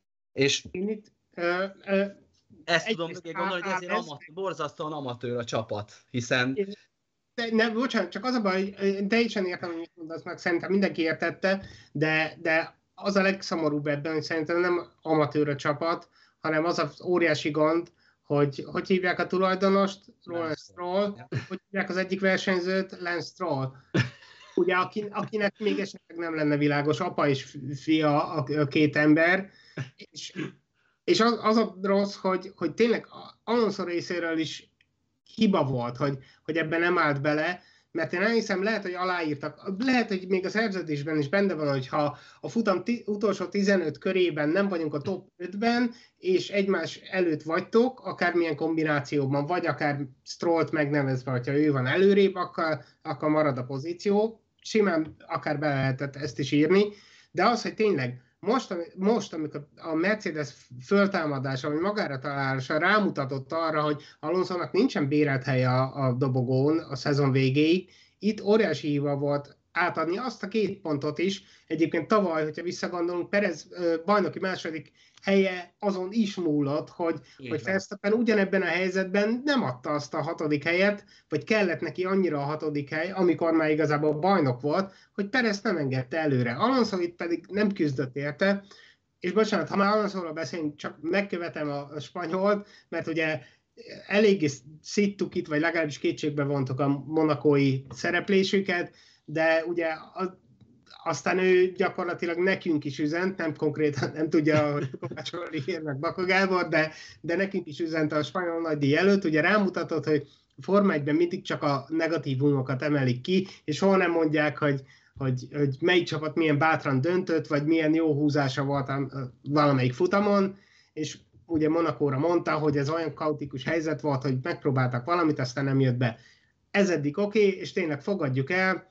És Itt, ö, ö, ezt tudom mögé gondolni, hogy ezért amat, borzasztóan amatőr a csapat, hiszen... De, ne, bocsánat, csak az a baj, hogy teljesen értem, hogy mondasz meg, szerintem mindenki értette, de, de az a legszomorúbb ebben, hogy szerintem nem amatőr a csapat, hanem az az óriási gond, hogy hogy hívják a tulajdonost, Lance Stroll, hogy hívják az egyik versenyzőt, Lance Stroll. Ugye, akinek még esetleg nem lenne világos, apa és fia a két ember, és, és az, az a rossz, hogy, hogy tényleg Alonso részéről is hiba volt, hogy, hogy ebben nem állt bele, mert én elhiszem, lehet, hogy aláírtak, lehet, hogy még a szerződésben is benne van, hogy ha a futam t- utolsó tizenöt körében nem vagyunk a top ötben, és egymás előtt vagytok, akármilyen kombinációban, vagy akár Strollt megnevezve, hogyha ő van előrébb, akkor, akkor marad a pozíció. Simán akár be lehetett ezt is írni, de az, hogy tényleg most, most amikor a Mercedes föltámadása, vagy magára találása rámutatott arra, hogy Alonsónak nincsen bérelt helye a, a dobogón a szezon végéig, itt óriási hiba volt átadni azt a két pontot is. Egyébként tavaly, hogyha visszagondolunk, Perez bajnoki második helye azon is múlott, hogy, hogy Verstappen ugyanebben a helyzetben nem adta azt a hatodik helyet, vagy kellett neki annyira a hatodik hely, amikor már igazából bajnok volt, hogy Perez nem engedte előre. Alonso itt pedig nem küzdött érte, és bocsánat, ha már Alonsóról beszélünk, csak megkövetem a, a spanyolt, mert ugye eléggé szittuk itt, vagy legalábbis kétségbe vontuk a monakói szereplésüket, de ugye a, aztán ő gyakorlatilag nekünk is üzent, nem konkrétan, nem tudja, hogy Kovács Olli meg Baka Gábor, de, de nekünk is üzent a spanyol nagydíj előtt. Ugye rámutatott, hogy Forma egyben mindig csak a negatívumokat emelik ki, és soha nem mondják, hogy, hogy, hogy melyik csapat milyen bátran döntött, vagy milyen jó húzása volt a, valamelyik futamon, és ugye Monakóra mondta, hogy ez olyan kaotikus helyzet volt, hogy megpróbáltak valamit, aztán nem jött be. Ez eddig oké, okay, és tényleg fogadjuk el,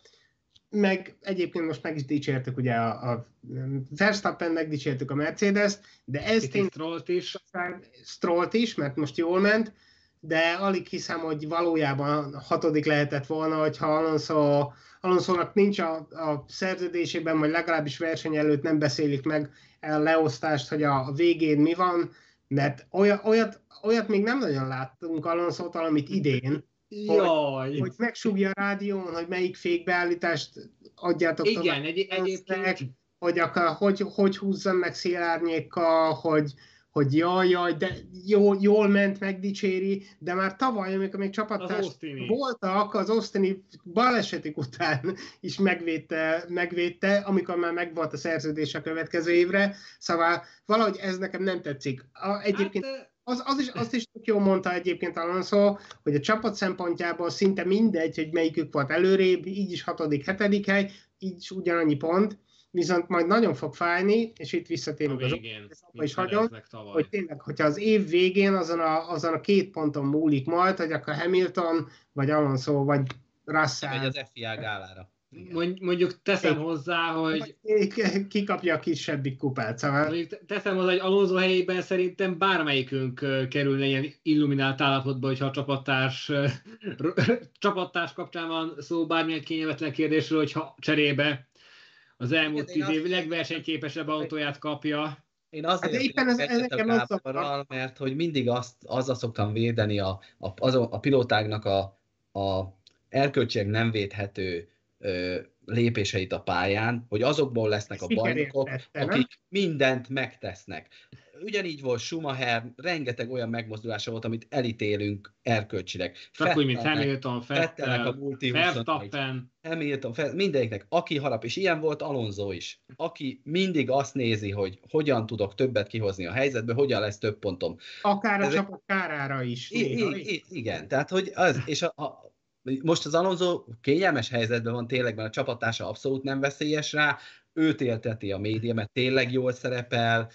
meg egyébként most meg is dicsértük ugye a, a Verstappen, megdicsértük a Mercedes-t, de ez tényleg Strollt is. Strollt is, mert most jól ment, de alig hiszem, hogy valójában hatodik lehetett volna, hogyha Alonso, Alonsónak nincs a, a szerződésében, vagy legalábbis verseny előtt nem beszélik meg a leosztást, hogy a, a végén mi van, mert olyat, olyat, olyat még nem nagyon láttunk Alonsótól, amit idén, Jaj. Hogy, hogy megsúgja a rádión, hogy melyik fékbeállítást adjátok Igen, tovább. egy, egyébként. Hogy, akar, hogy, hogy húzzam meg szélárnyékkal, hogy, hogy jaj, jaj, de jó, jól ment, megdicséri, de már tavaly, amikor még csapattárs voltak, az Austini balesetik után is megvédte, megvédte, amikor már megvolt a szerződés a következő évre, szóval valahogy ez nekem nem tetszik. A, egyébként hát, az, az is, azt is jól mondta egyébként Alonso, hogy a csapat szempontjából szinte mindegy, hogy melyikük volt előrébb, így is hatodik, hetedik hely, így is ugyanannyi pont, viszont majd nagyon fog fájni, és itt visszatérünk az okba is hagyom, hogy tényleg, hogyha az év végén azon a, azon a két ponton múlik majd, hogy akkor Hamilton, vagy Alonso, vagy Russell. Megy az ef i á gálára. Mondjuk teszem hozzá, hogy... Ki kapja a kisebbik kupát, szóval... Mondjuk teszem hozzá, hogy Alonso helyében szerintem bármelyikünk kerülne ilyen illuminált állapotba, hogyha a csapattárs, csapattárs kapcsán van szó bármilyen kényelmetlen kérdésről, hogyha cserébe az elmúlt tíz év legversenyképesebb autóját kapja. Én azért hát éppen ez, ez Gáborral, mert hogy mindig azt, azzal szoktam védeni a, a, a pilótáknak a, a erkölcsileg nem védhető ö, lépéseit a pályán, hogy azokból lesznek a bajnokok, akik mindent megtesznek. Ugyanígy volt Schumacher, rengeteg olyan megmozdulása volt, amit elítélünk erkölcsileg. Csak úgy, mint Hamilton, Vettel, Verstappen. Hamilton, mindegyiknek, aki harap, és ilyen volt Alonso is, aki mindig azt nézi, hogy hogyan tudok többet kihozni a helyzetből, hogyan lesz több pontom. Akár a Ez csapat kárára is. I- I- I- igen, tehát hogy az, és a, a, most az Alonso kényelmes helyzetben van tényleg, mert a csapattársa abszolút nem veszélyes rá, őt élteti a média, mert tényleg jól szerepel,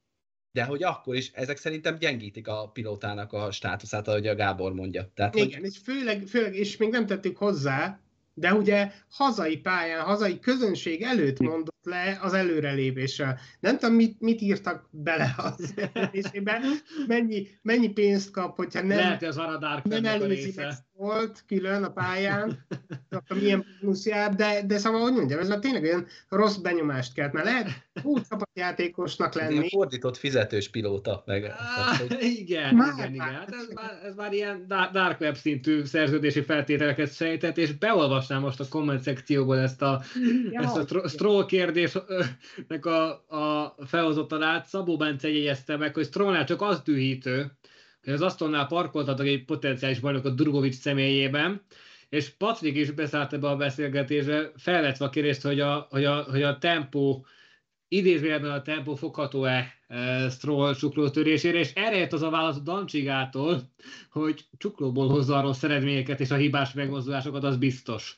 de hogy akkor is ezek szerintem gyengítik a pilótának a státuszát, ahogy a Gábor mondja. Tehát, igen, hogy... és főleg, főleg, és még nem tettük hozzá, de ugye hazai pályán, hazai közönség előtt mondott le az előrelépéssel. Nem tudom, mit, mit írtak bele az előrelépésében, mennyi, mennyi pénzt kap, hogyha nem, Lehet, ez a nem előzi meg volt külön a pályán, akkor milyen bónusz jár, de, de szóval, hogy mondjam, ez már tényleg olyan rossz benyomást kelt, mert lehet úgy csapatjátékosnak lenni. Ez fordított fizetős pilóta. Meg, ah, hogy... Igen, már, igen, igen. Hát ez, már, ez már ilyen dark web szintű szerződési feltételeket sejtett, és beolvasnám most a komment szekcióból ezt a, ja, ezt a Stroll kérdésnek a, a felhozottanát. Szabó Bence jegyezte meg, hogy Strollnál csak az dühítő, hogy az Astonnál parkoltatok egy potenciális bajnokot Drugovics személyében, és Patrik is beszállt ebbe a beszélgetésre, felvetve a kérdést, hogy a, hogy a, hogy a tempó, idézőjelben a tempó fogható-e e, Stroll csuklótörésére, és erre jött az a válasz Dancsigától, hogy csuklóból hozza a rossz eredményeket és a hibás megmozdulásokat, az biztos.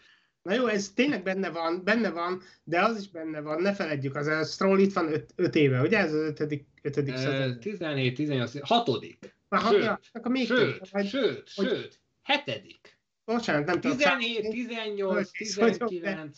Na jó, ez tényleg benne van, benne van, de az is benne van, ne feledjük, az a Stroll itt van öt, öt éve, ugye? Ez az ötödik, ötödik e, tizenhét, tizennyolc, hatodik. Sőt, ja, akkor még sőt, több, vagy, sőt, hogy, sőt, hetedik. Bocsánat, nem tudom. tizenhét, tizennyolc, tizenkilenc.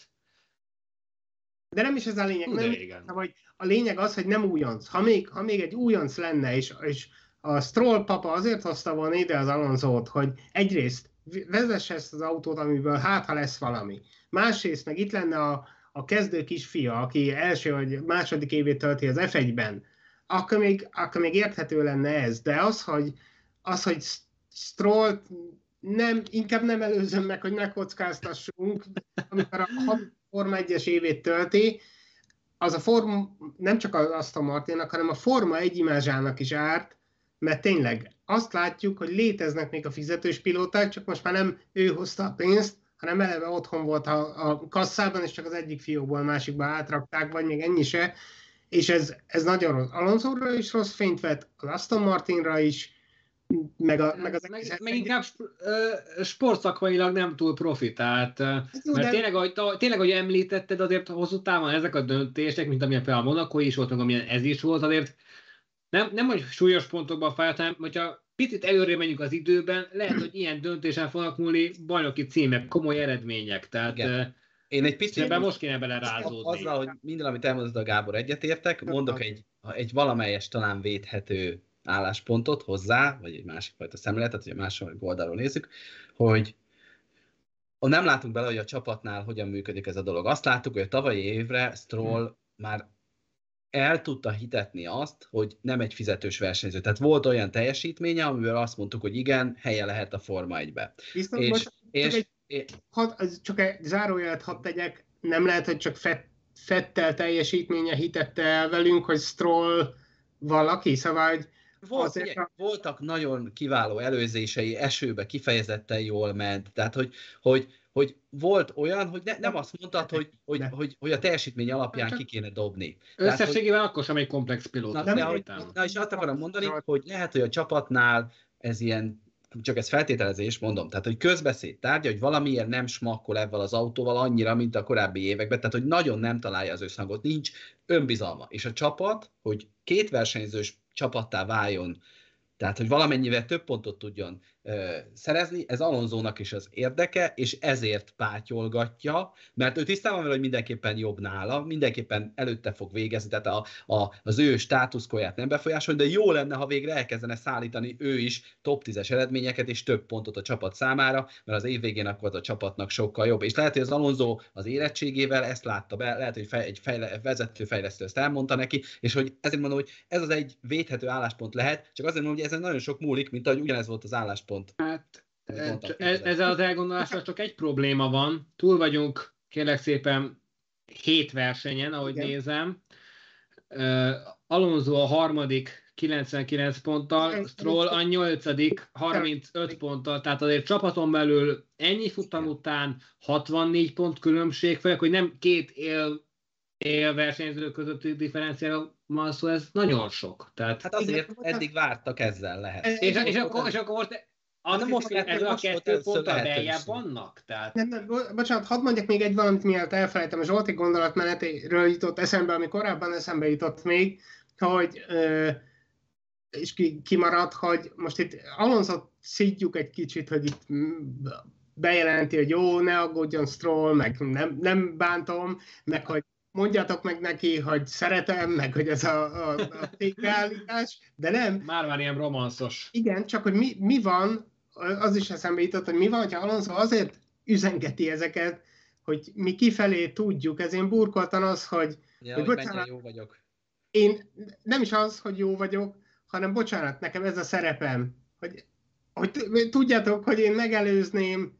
De nem is ez a lényeg. Nem, hogy a lényeg az, hogy nem újonc. Ha még, ha még egy újonc lenne, és, és a Stroll papa azért hozta volna ide az Alonsót, hogy egyrészt vezesse ezt az autót, amiből hát, ha lesz valami. Másrészt meg itt lenne a, a kezdő kisfia, aki első vagy második évét tölti az ef egyben, akkor még, akkor még érthető lenne ez. De az, hogy, az, hogy Strollt nem, inkább nem előzöm meg, hogy ne kockáztassunk, amikor a Forma egyes évét tölti, az a form, nem csak az Aston Martinnak, hanem a Forma egy imázsának is árt, mert tényleg azt látjuk, hogy léteznek még a fizetős pilóták, csak most már nem ő hozta a pénzt, hanem eleve otthon volt a, a kasszában, és csak az egyik fiókból a másikba átrakták, vagy még ennyi se, és ez, ez nagyon rossz. Alonsóra is rossz fényt vett, az Aston Martinra is, meg, a, meg az meg, egész... meg inkább sportszakmailag nem túl profitált. Mert de... tényleg, ahogy, tényleg, ahogy említetted, azért hosszú távon ezek a döntések, mint amilyen például a Monaco is volt, meg amilyen ez is volt, azért nem, nem hogy súlyos pontokban fájt, hanem hogyha picit előre menjünk az időben, lehet, hogy ilyen döntésen fognak múlni bajnoki címek, komoly eredmények. Tehát igen. Én egy picit ebben most kéne bele rázódni. Azzal, hogy minden, amit elmondott a Gábor, egyetértek, mondok egy, egy valamelyes talán védhető álláspontot hozzá, vagy egy másik fajta szemléletet, hogy a másik oldalról nézzük, hogy nem látunk bele, hogy a csapatnál hogyan működik ez a dolog. Azt láttuk, hogy a tavalyi évre Stroll hmm. már el tudta hitetni azt, hogy nem egy fizetős versenyző. Tehát volt olyan teljesítménye, amivel azt mondtuk, hogy igen, helye lehet a Forma egybe. Viszont és, most és, csak, egy, had, csak egy zárójelet hadd tegyek, nem lehet, hogy csak Fett, Fettel teljesítménye hitette el velünk, hogy Stroll valaki, szóval hogy Volt, ugye, a... voltak nagyon kiváló előzései, esőbe kifejezetten jól ment, tehát hogy, hogy, hogy volt olyan, hogy ne, nem azt mondtad, hogy, hogy, hogy, hogy a teljesítmény alapján ki kéne dobni. Összességében hogy... akkor sem egy komplex pilóta. Na, de, na és azt akarom mondani, hogy lehet, hogy a csapatnál ez ilyen, csak ez feltételezés, mondom, tehát hogy közbeszéd tárgya, hogy valamiért nem smakkol ebben az autóval annyira, mint a korábbi években, tehát hogy nagyon nem találja az összhangot, nincs önbizalma. És a csapat, hogy két versenyzős csapattá váljon, tehát, hogy valamennyivel több pontot tudjon ö, szerezni, ez Alonsónak is az érdeke, és ezért pátyolgatja, mert ő tisztában van, hogy mindenképpen jobb nála, mindenképpen előtte fog végezni, tehát a, a, az ő státuszkóját nem befolyásolni, de jó lenne, ha végre elkezdene szállítani ő is top tízes eredményeket, és több pontot a csapat számára, mert az év végén akkor a csapatnak sokkal jobb. És lehet, hogy az Alonso az érettségével ezt látta be, lehet, hogy fej, egy fejle, vezetőfejlesztő ezt elmondta neki, és hogy ezért mondom, hogy ez az egy védhető álláspont lehet, csak azért mondom, hogy ezen nagyon sok múlik, mint ahogy ugyanez volt az álláspont. Hát ezzel az elgondolással csak egy probléma van, túl vagyunk kérlek szépen hét versenyen, ahogy igen. nézem. Uh, Alonso a harmadik kilencvenkilenc ponttal, Stroll a nyolcadik harmincöt ponttal, tehát azért csapaton belül ennyi futam után hatvannégy pont különbség, főleg, hogy nem két él, él versenyző közötti differenciáról van szó, ez nagyon sok. Tehát, hát azért eddig vártak ezzel lehet. És, és, és, akkor, és akkor most azt hiszem, most, hogy ez a kettő ponttal beljebb vannak? Tehát... Nem, nem, bocsánat, hadd mondjak még egy valamit, mielőtt elfelejtem. A Zsolti gondolatmenetéről jutott eszembe, ami korábban eszembe jutott még, hogy ö, és ki, kimaradt, hogy most itt Alonsot szidjuk egy kicsit, hogy itt bejelenti, hogy jó, ne aggódjon Stroll, meg nem, nem bántom, meg hogy mondjátok meg neki, hogy szeretem, meg hogy ez a, a, a tékeállítás, de nem. Már már ilyen romanszos. Igen, csak hogy mi, mi van, az is eszembe jutott, hogy mi van, hogyha Alonso azért üzengeti ezeket, hogy mi kifelé tudjuk, ezért burkoltan az, hogy, ja, hogy hogy bocsánat, jó vagyok. Én nem is az, hogy jó vagyok, hanem bocsánat, nekem ez a szerepem, hogy, hogy tudjátok, hogy én megelőzném,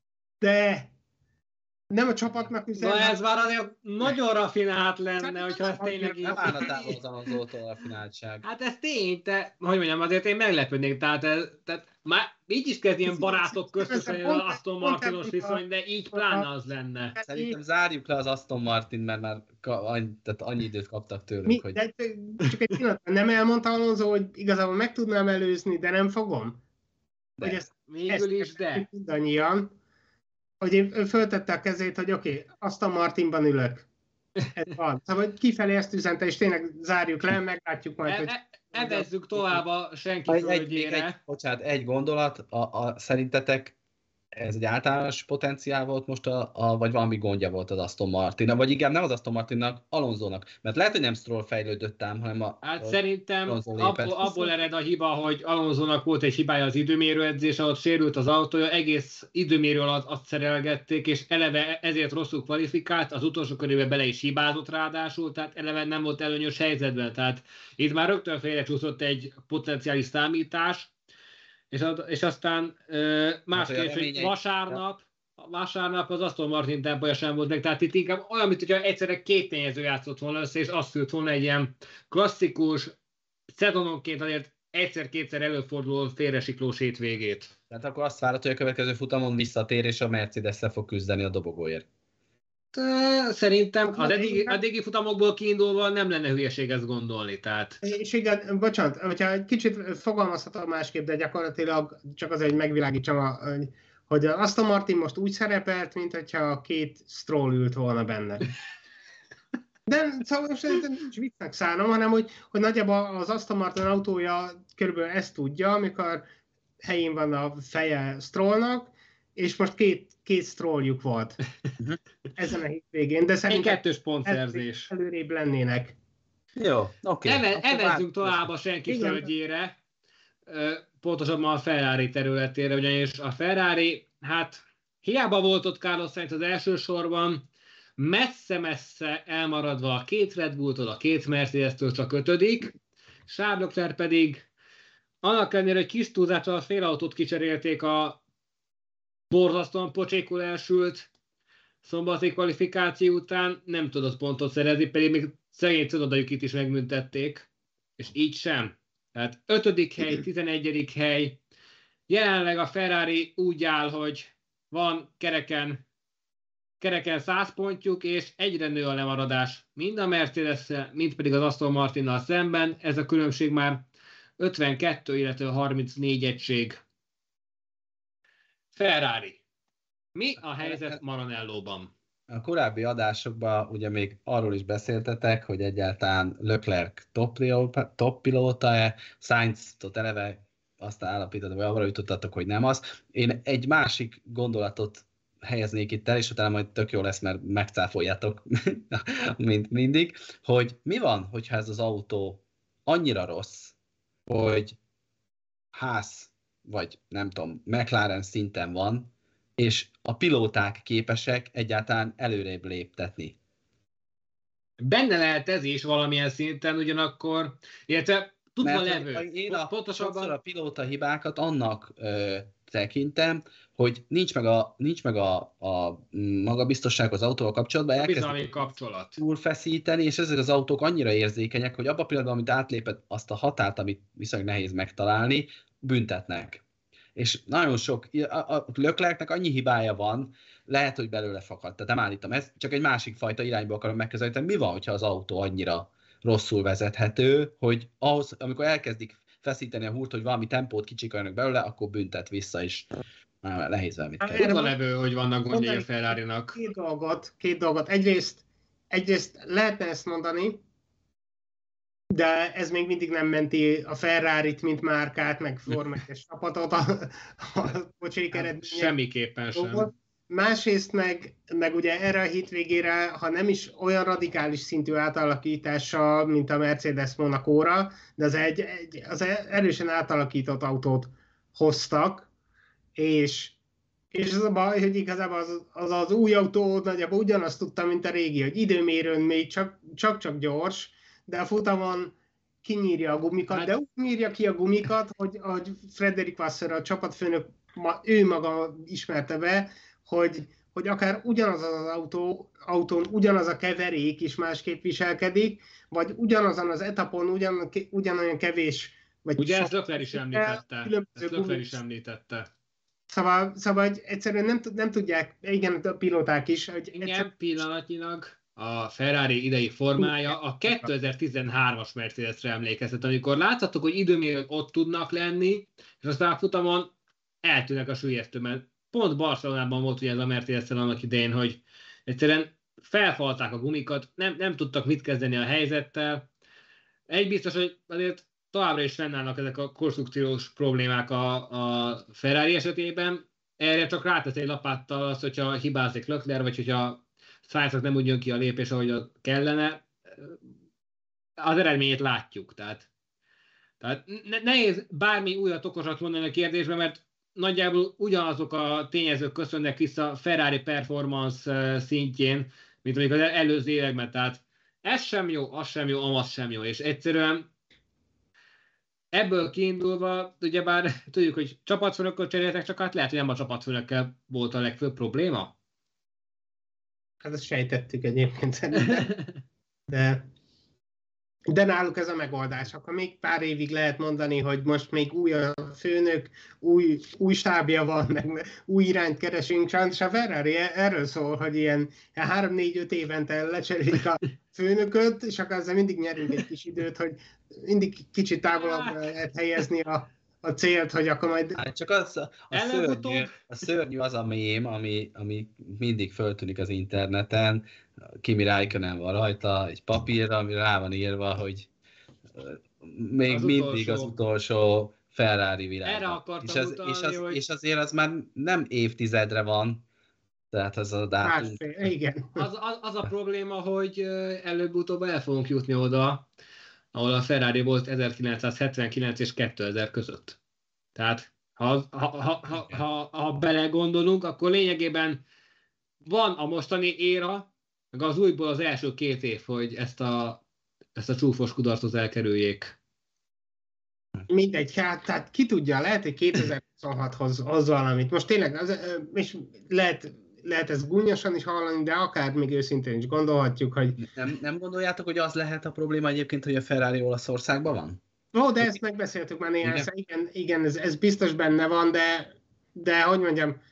de nem a csapatnak üzenem. Na ez már azért nagyon rafinált lenne, hogyha ez tényleg így... Nem állna távol az Alonsótól a fináltság. Hát ez tény, de hogy mondjam, azért én meglepődnék, tehát, ez, tehát már így is kezd ilyen barátok között az Aston Martinos viszony, de így pláne az lenne. Szerintem zárjuk le az Aston Martin, mert már annyi, tehát annyi időt kaptak tőlük, Mi, hogy... De, csak egy pillanat, nem elmondta Alonso, hogy igazából meg tudnám előzni, de nem fogom? De. Hogy ezt, Végül is, de... Mindannyian, hogy én föltette a kezét, hogy oké, okay, Aston Martinban ülök. Ez van. Szóval hogy kifelé ezt üzente, és tényleg zárjuk le, meglátjuk majd, e, hogy... E, evezzük tovább a senki egy, földjére. Egy, egy, bocsánat, egy gondolat, a, a, szerintetek ez egy általános potenciál volt most, a, a, vagy valami gondja volt az Aston Martin, vagy igen, nem az Aston Martinnak, Alonsónak. Mert lehet, hogy nem Stroll fejlődött ám, hanem a... Hát a szerintem abból, abból ered a hiba, hogy Alonsónak volt egy hibája az időmérőedzés, ahol sérült az autója, egész időmérő alatt azt szerelgették, és eleve ezért rosszul kvalifikált, az utolsó körében bele is hibázott ráadásul, tehát eleve nem volt előnyös helyzetben. Tehát itt már rögtön félrecsúszott egy potenciális számítás, És, és aztán másképp, hogy vasárnap, vasárnap az Aston Martin tempója sem volt meg, tehát itt inkább olyan, mint hogyha egyszerre két tényező játszott volna össze, és azt szült volna egy ilyen klasszikus, szezononként azért egyszer-kétszer előforduló félresiklós hétvégét. Tehát akkor azt várod, hogy a következő futamon visszatér, és a Mercedes-szel fog küzdeni a dobogóért. Szerintem az eddigi, eddigi futamokból kiindulva nem lenne hülyeség ezt gondolni. Tehát... És igen, bocsánat, hogyha egy kicsit fogalmazhatom másképp, de gyakorlatilag csak azért, hogy megvilágítsam, a, hogy az Aston Martin most úgy szerepelt, mint hogyha két Stroll ült volna benne. De szóval most nincs viccnek szánom, hanem hogy, hogy nagyjából az Aston Martin autója körülbelül ezt tudja, amikor helyén van a feje Strollnak, és most két, két Strolljuk volt ezen a hétvégén, de szerintem egy kettős pontszerzés. Előrébb lennének. Jó, oké. Okay. Eve, evezzünk tovább a senki földjére, pontosabban a Ferrari területére, ugyanis a Ferrari, hát hiába volt ott Carlos Sainz az első sorban, messze-messze elmaradva a két Red Bulltól, a két Mercedes-től csak ötödik, Charles Leclerc pedig annak ellenére, hogy kis túlzással a félautót kicserélték a borzasztóan pocsékul elsült szombati kvalifikáció után, nem tudott pontot szerezni, pedig még szegény Cunodajukit is megműntették, és így sem. Tehát ötödik hely, tizenegyedik hely. Jelenleg a Ferrari úgy áll, hogy van kereken, kereken száz pontjuk, és egyre nő a lemaradás mind a Mercedes-szel, mind pedig az Aston Martinnal szemben. Ez a különbség már ötvenkettő, illetve harmincnégy egység. Ferrari. Mi a helyzet Maranellóban? A korábbi adásokban ugye még arról is beszéltetek, hogy egyáltalán Leclerc top pilóta-e, Sainz-tot eleve azt állapította, vagy arra jutottatok, hogy nem az. Én egy másik gondolatot helyeznék itt el, és utána majd tök jó lesz, mert megcáfoljátok, mint mindig, hogy mi van, hogyha ez az autó annyira rossz, hogy Haas, vagy nem tudom, McLaren szinten van, és a pilóták képesek egyáltalán előrébb léptetni. Benne lehet ez is valamilyen szinten, ugyanakkor, illetve tudva levő. Én a, Pontosabban... a pilóta hibákat annak ö, tekintem, hogy nincs meg a, nincs meg a, a magabiztosság az autóval kapcsolatban, elkezdik kapcsolat. túlfeszíteni, és ezek az autók annyira érzékenyek, hogy abban a pillanatban, amit átléped azt a határt, amit viszonylag nehéz megtalálni, büntetnek. És nagyon sok, a, a Leclercnek annyi hibája van, lehet, hogy belőle fakadt. Tehát nem állítom, ez csak egy másik fajta irányba akarom megközelíteni. Mi van, hogyha az autó annyira rosszul vezethető, hogy ahhoz, amikor elkezdik feszíteni a húrt, hogy valami tempót kicsikarjanak belőle, akkor büntet vissza is. Már nehéz valamit kell. Tudva levő, hogy vannak gondjai a Ferrari-nak. Két dolgot, két dolgot. Egyrészt, egyrészt lehetne ezt mondani, de ez még mindig nem menti a Ferrarit, mint márkát, meg Forma egyes csapatot a, a pocsék eredmények. Semmiképpen sem. Másrészt meg, meg ugye erre a hétvégére, ha nem is olyan radikális szintű átalakítással, mint a Mercedes Monacóra, de az egy, egy az erősen átalakított autót hoztak, és, és az a baj, hogy igazából az, az, az új autó nagyjából ugyanazt tudta, mint a régi, hogy időmérőn még csak, csak-csak gyors, de a futamon kinyírja a gumikat, hát... de úgy nyírja ki a gumikat, hogy, hogy Frederick Vasseur, a csapatfőnök, ő maga ismerte be, hogy, hogy akár ugyanaz az autó, autón ugyanaz a keverék is másképp viselkedik, vagy ugyanazon az etapon ugyan, ugyanolyan kevés... Vagy ugye ezt Leclerc is említette. Ezt Leclerc is említette. Szóval, szóval egyszerűen nem, nem tudják, igen, a pilóták is. Hogy igen, egyszer... pillanatnyilag a Ferrari idei formája a kétezer-tizenhármas Mercedesre emlékeztet, amikor láthatok, hogy időmérők ott tudnak lenni, és aztán a futamon eltűnnek a sülyeztőben. Pont Barcelonában volt ugye ez a Mercedes-en annak idején, hogy egyszerűen felfalták a gumikat, nem, nem tudtak mit kezdeni a helyzettel. Egy biztos, hogy azért továbbra is fennállnak ezek a konstrukciós problémák a, a Ferrari esetében. Erre csak rátesz egy lapáttal az, hogyha hibázik Leclerc, vagy hogyha Sainznak nem úgy jön ki a lépés, ahogy kellene. Az eredményét látjuk. Tehát, tehát nehéz bármi újat okosat mondani a kérdésben, mert nagyjából ugyanazok a tényezők köszönnek vissza Ferrari performance szintjén, mint mondjuk az előző években. Tehát ez sem jó, az sem jó, amaz sem jó. És egyszerűen ebből kiindulva, ugyebár tudjuk, hogy csapatfőnökkel cseréltek, csak hát lehet, hogy nem a csapatfőnökkel volt a legfőbb probléma. Hát ezt sejtettük egyébként szerintem. De, de náluk ez a megoldás. Akkor még pár évig lehet mondani, hogy most még új a főnök, új, új stábja van, meg új irányt keresünk. Sajnos a Ferrari erről szól, hogy ilyen három-négy-öt évente lecserélik a főnököt, és akkor ezzel mindig nyerünk egy kis időt, hogy mindig kicsit távolabb lehet helyezni a, a célt, hogy akkor majd... Hát csak az, a, a, szörnyű, a szörnyű az a mém, ami, ami mindig föltűnik az interneten, Kimi Räikkönen van rajta, egy papírra, ami rá van írva, hogy még az mindig utolsó. Az utolsó Ferrari világ. Erre akartam és, az, utalni, és, az, hogy... és azért az már nem évtizedre van, tehát az a dátum. Másfél, igen. Az, az, az a probléma, hogy előbb-utóbb el fogunk jutni oda, ahol a Ferrari volt ezerkilencszázhetvenkilenc és kétezer között. Tehát ha, ha, ha, ha, ha, ha belegondolunk, akkor lényegében van a mostani éra, meg az újból az első két év, hogy ezt a, ezt a csúfos kudarcot elkerüljék. Mindegy, hát, tehát ki tudja, lehet, hogy kétezer-huszonhathoz hoz valamit. Most tényleg, az, és lehet, lehet ezt gúnyosan is hallani, de akár még őszintén is gondolhatjuk, hogy... Nem, nem gondoljátok, hogy az lehet a probléma egyébként, hogy a Ferrari Olaszországban van? Ó, de ezt megbeszéltük már néhány igen, igen, igen ez, ez biztos benne van, de, de hogy mondjam,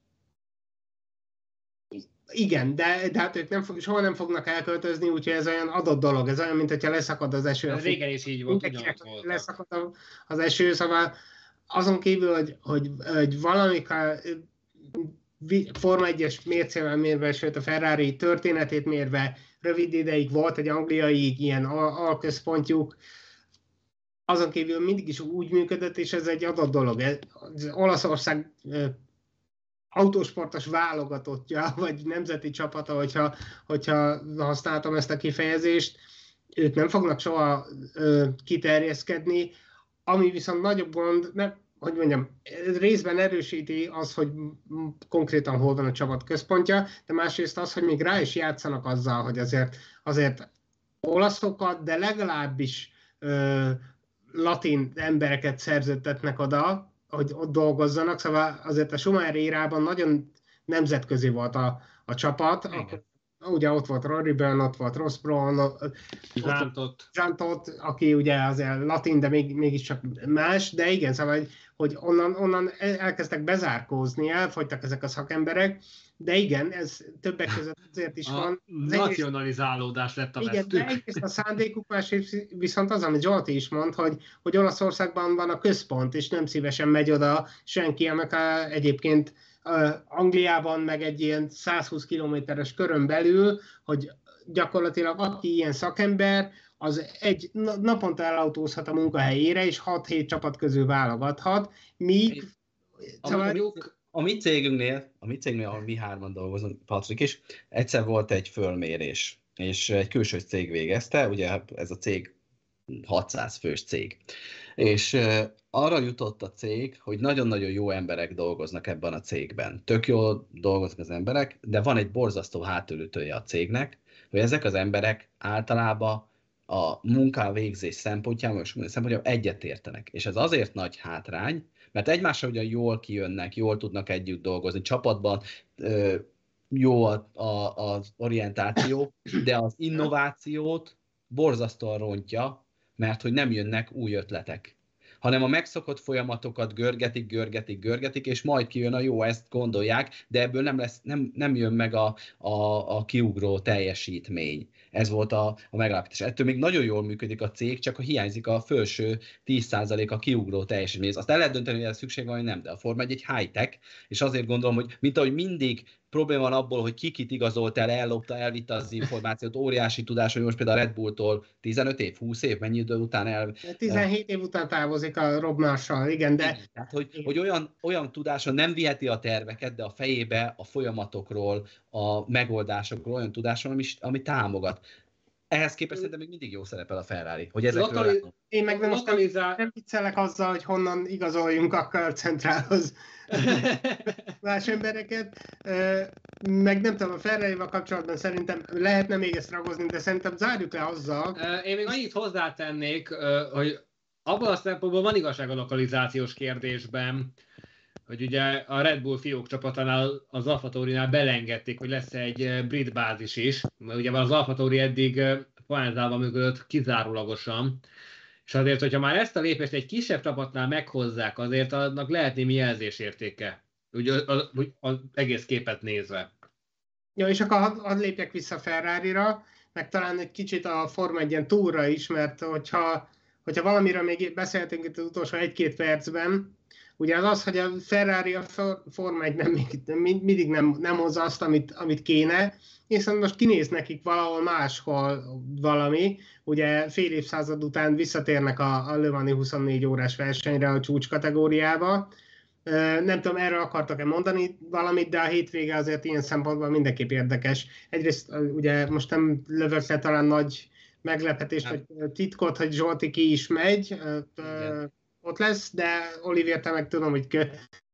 igen, de, de hát ők nem fog, soha nem fognak elköltözni, úgyhogy ez olyan adott dolog, ez olyan, mint hogyha leszakad az eső. Ez régen is így volt, ugyanaz volt. Leszakad az eső, szóval azon kívül, hogy, hogy, hogy valamikor Forma egyes mércével mérve, sőt a Ferrari történetét mérve, rövid ideig volt egy angliai ilyen al- alközpontjuk, azon kívül mindig is úgy működött, és ez egy adott dolog. Az Olaszország autósportos válogatottja, vagy nemzeti csapata, hogyha, hogyha használtam ezt a kifejezést, ők nem fognak soha ö, kiterjeszkedni, ami viszont nagyobb gond, nem, hogy mondjam, részben erősíti az, hogy konkrétan hol van a csapat központja, de másrészt az, hogy még rá is játszanak azzal, hogy azért, azért olaszokat, de legalábbis ö, latin embereket szerződtetnek oda, hogy ott dolgozzanak, szóval azért a Schumacher érában nagyon nemzetközi volt a, a csapat. Akkor, ugye ott volt Rory Byrne, ott volt Ross Brawn, Zsántot. Zsántot, aki ugye azért latin, de még, mégiscsak más, de igen, szóval, hogy, hogy onnan, onnan elkezdtek bezárkózni, elfogytak ezek a szakemberek, de igen, ez többek között azért is a van. Az nacionalizálódás lett a igen, vesztük. de egyrészt a szándékuk, másrészt viszont az, amit Zsolti is mond, hogy, hogy Olaszországban van a központ, és nem szívesen megy oda senki, amelyek egyébként uh, Angliában meg egy ilyen százhúsz kilométeres körön belül, hogy gyakorlatilag aki ilyen szakember, az egy naponta elautózhat a munkahelyére, és hat-hét csapat közül válogathat, míg... Szóval... A mi cégünknél, a mi cégnél, ahol mi hárman dolgozunk, Patrik is, egyszer volt egy fölmérés, és egy külső cég végezte, ugye ez a cég hatszáz fős cég. És arra jutott a cég, hogy nagyon-nagyon jó emberek dolgoznak ebben a cégben. Tök jól dolgoznak az emberek, de van egy borzasztó hátulütője a cégnek, hogy ezek az emberek általában a munkavégzés szempontjából, szempontjából egyetértenek. És ez azért nagy hátrány, mert egymással ugyan jól kijönnek, jól tudnak együtt dolgozni, csapatban ö, jó a, a, az orientáció, de az innovációt borzasztóan rontja, mert hogy nem jönnek új ötletek, hanem a megszokott folyamatokat görgetik, görgetik, görgetik, és majd kijön a jó, ezt gondolják, de ebből nem, lesz, nem, nem jön meg a, a, a kiugró teljesítmény. Ez volt a, a megállapítás. Ettől még nagyon jól működik a cég, csak hiányzik a fölső tíz százalék a kiugró teljesítmény. Azt el lehet dönteni, hogy ez szükség van, vagy nem, de a Forma egy, egy high-tech, és azért gondolom, hogy mint ahogy mindig probléma van abból, hogy kikit igazolt el, ellopta, elvitte az információt, óriási tudás, hogy most például a Red Bulltól tizenöt év, húsz év, mennyi idő után el... tizenhét év után távozik a Rob Marshall, igen, de... Igen, tehát, hogy, igen. hogy olyan, olyan tudása nem viheti a terveket, de a fejébe a folyamatokról, a megoldásokról olyan tudáson, ami, ami támogat. Ehhez képest szerintem még mindig jó szerepel a Ferrari, hogy ezekről... Lokali... Én meg nem, Lokalizál... nem viccelek azzal, hogy honnan igazoljunk a Centrálhoz más embereket. Meg nem tudom, a Ferrari-val kapcsolatban szerintem lehetne még ezt ragozni, de szerintem zárjuk le azzal. Én még annyit hozzátennék, hogy abban a szempontból van igazság a lokalizációs kérdésben, hogy ugye a Red Bull fiók csapatánál, az AlphaTaurinál belengedték, hogy lesz egy brit bázis is, mert ugye az AlphaTauri eddig Faenzában működött kizárólagosan, és azért, hogyha már ezt a lépést egy kisebb csapatnál meghozzák, azért annak lehet némi jelzésértéke, ugye az, az egész képet nézve. Ja, és akkor hadd had lépjek vissza Ferrarira, meg talán egy kicsit a Forma egyen túlra is, mert hogyha, hogyha valamiről még beszéltünk itt az utolsó egy-két percben, ugye az az, hogy a Ferrari a Forma egy nem, mindig nem, nem hozza azt, amit, amit kéne, viszont most kinéz nekik valahol máshol valami, ugye fél évszázad után visszatérnek a, a Le Mans-i huszonnégy órás versenyre a csúcs kategóriába. Nem tudom, erről akartak-e mondani valamit, de a hétvége azért ilyen szempontból mindenképp érdekes. Egyrészt ugye most nem lövök le talán nagy meglepetést, vagy titkot, hogy Zsolti ki is megy, igen. Ott lesz, de Olivier, te meg tudom, hogy kö...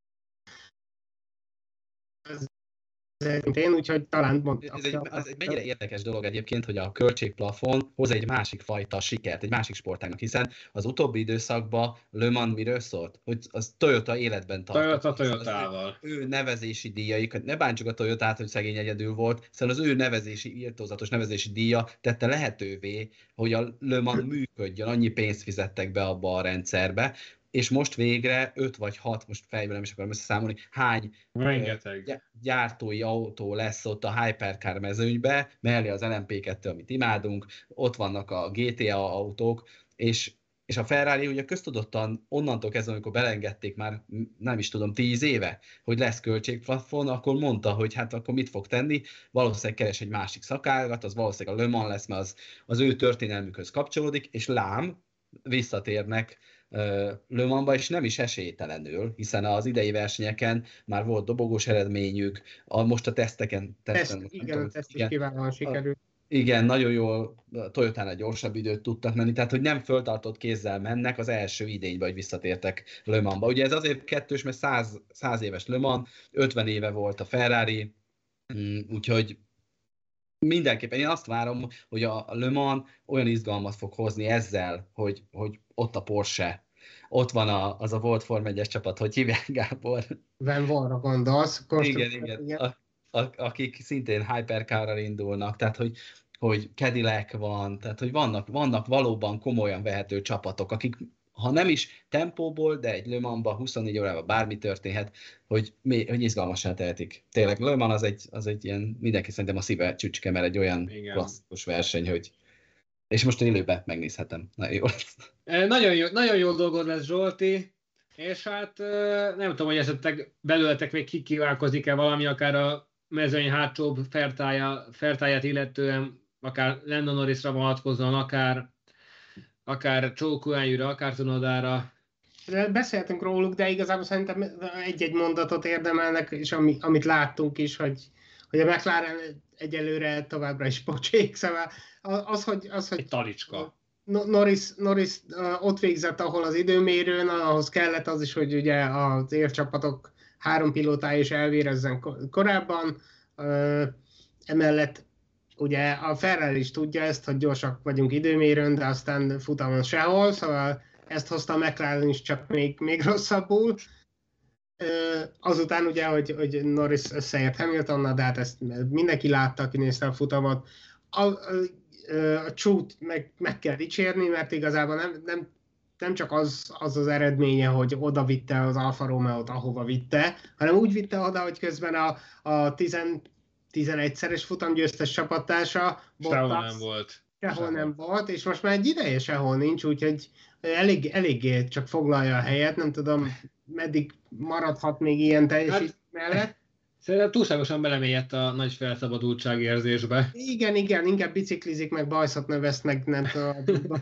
én, úgyhogy talán mondtam. Ez egy, ez egy mennyire érdekes dolog egyébként, hogy a költségplafon hoz egy másik fajta sikert, egy másik sportágnak, hiszen az utóbbi időszakban Le Mans miről szólt? Hogy az Toyota életben tartott. Toyota Toyotával. Ő, ő nevezési díjaik, ne bántsuk a Toyotát, hogy szegény egyedül volt, hiszen az ő nevezési, írtózatos nevezési díja tette lehetővé, hogy a Le Mans működjön, annyi pénzt fizettek be abba a rendszerbe, és most végre öt vagy hat, most fejből nem is akarom összeszámolni, hány Rengeteg. gyártói autó lesz ott a Hypercar mezőnybe, mellé az el em pé kettő, amit imádunk, ott vannak a gé té á autók, és, és a Ferrari ugye köztudottan onnantól kezdve, amikor belengedték már, nem is tudom, tíz éve, hogy lesz költségplafon, akkor mondta, hogy hát akkor mit fog tenni, valószínűleg keres egy másik szakágat, az valószínűleg a Le Mans lesz, mert az, az ő történelmükhöz kapcsolódik, és lám, visszatérnek Le Mansba, és nem is esélytelenül, hiszen az idei versenyeken már volt dobogós eredményük, a, most a teszteken... teszten, Teszt, igen, a teszt is kiválóan sikerült. Igen, nagyon jól Toyotánál gyorsabb időt tudtak menni, tehát hogy nem föltartott kézzel mennek az első idénybe, hogy visszatértek Le Mansba. Ugye ez azért kettős, mert száz, száz éves Le Mans, ötven éve volt a Ferrari, úgyhogy mindenképpen én azt várom, hogy a Le Mans olyan izgalmat fog hozni ezzel, hogy, hogy ott a Porsche, ott van a, az a volt Form egyes csapat, hogy hívják, Gábor? Van Vanra gondolsz. Igen, igen. igen. A, a, akik szintén Hypercar-ral indulnak, tehát hogy, hogy Cadillac van, tehát hogy vannak, vannak valóban komolyan vehető csapatok, akik ha nem is tempóból, de egy Le Mansban huszonnégy órában bármi történhet, hogy, hogy izgalmassá tehetik. Tényleg Le Mans az egy, az egy ilyen, mindenki szerintem a szíve csücske, mert egy olyan igen. klasszikus verseny, hogy és most élőben megnézhetem. Nagyon jó lesz. Nagyon jó, nagyon jó dolgod lesz, Zsolti, és hát nem tudom, hogy esetleg belőletek még kikívánkozik-e valami, akár a mezőny hátsóbb fertája, fertáját illetően, akár Lando Norrisra vonatkozóan, akár akár Zhou Guanyu-ra, akár Tsunodára. Beszéltünk róluk, de igazából szerintem egy-egy mondatot érdemelnek, és ami, amit láttunk is, hogy, hogy a McLaren egyelőre továbbra is pocsék, szóval az, hogy... Az, hogy egy talicska. Norris, Norris ott végzett, ahol az időmérőn, ahhoz kellett az is, hogy ugye az élcsapatok három pilótája is elvérezzen korábban, emellett ugye a Ferrari is tudja ezt, hogy gyorsak vagyunk időmérőn, de aztán futamon sehol, szóval ezt hozta a McLaren is, csak még, még rosszabbul. Azután ugye, hogy, hogy Norris összeért Hamiltonnal, de hát ezt mindenki látta, aki nézte a futamot. A, a, a Zhout meg, meg kell dicsérni, mert igazából nem, nem, nem csak az, az az eredménye, hogy oda vitte az Alfa Romeo-t, ahova vitte, hanem úgy vitte oda, hogy közben a, a tizenegyszeres futamgyőztes csapattársa sehol nem volt. Sehol nem volt, és most már egy ideje sehol nincs, úgyhogy elég, eléggé csak foglalja a helyet, nem tudom, meddig maradhat még ilyen teljesítmény hát, mellett. Szerintem túlságosan belemélyedt a nagy felszabadultság érzésbe. Igen, igen, inkább biciklizik, meg bajszot növeszt, meg nem tudom.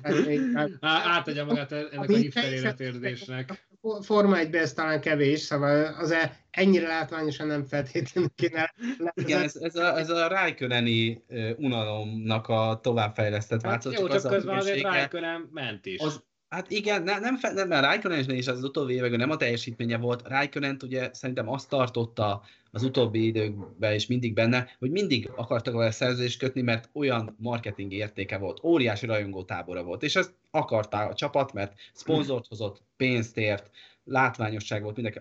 Átadja magát ennek a hipster életérzésnek. Forma egyben ez talán kevés, szóval az ennyire látványosan nem feltétlenül kéne. Igen, ez, ez a, ez a Raikkoneni unalomnak a továbbfejlesztett hát változat. Jó, csak, csak közben azért Raikkonen ment is. Az, hát igen, ne, nem, nem, nem Raikkonen is az utóbbi években nem a teljesítménye volt. Raikkonent ugye szerintem azt tartotta az utóbbi időkben is mindig benne, hogy mindig akartak vele szerződést kötni, mert olyan marketing értéke volt, óriási rajongó tábora volt, és ezt akarta a csapat, mert szponzort hozott, pénzt ért, látványosság volt mindenki.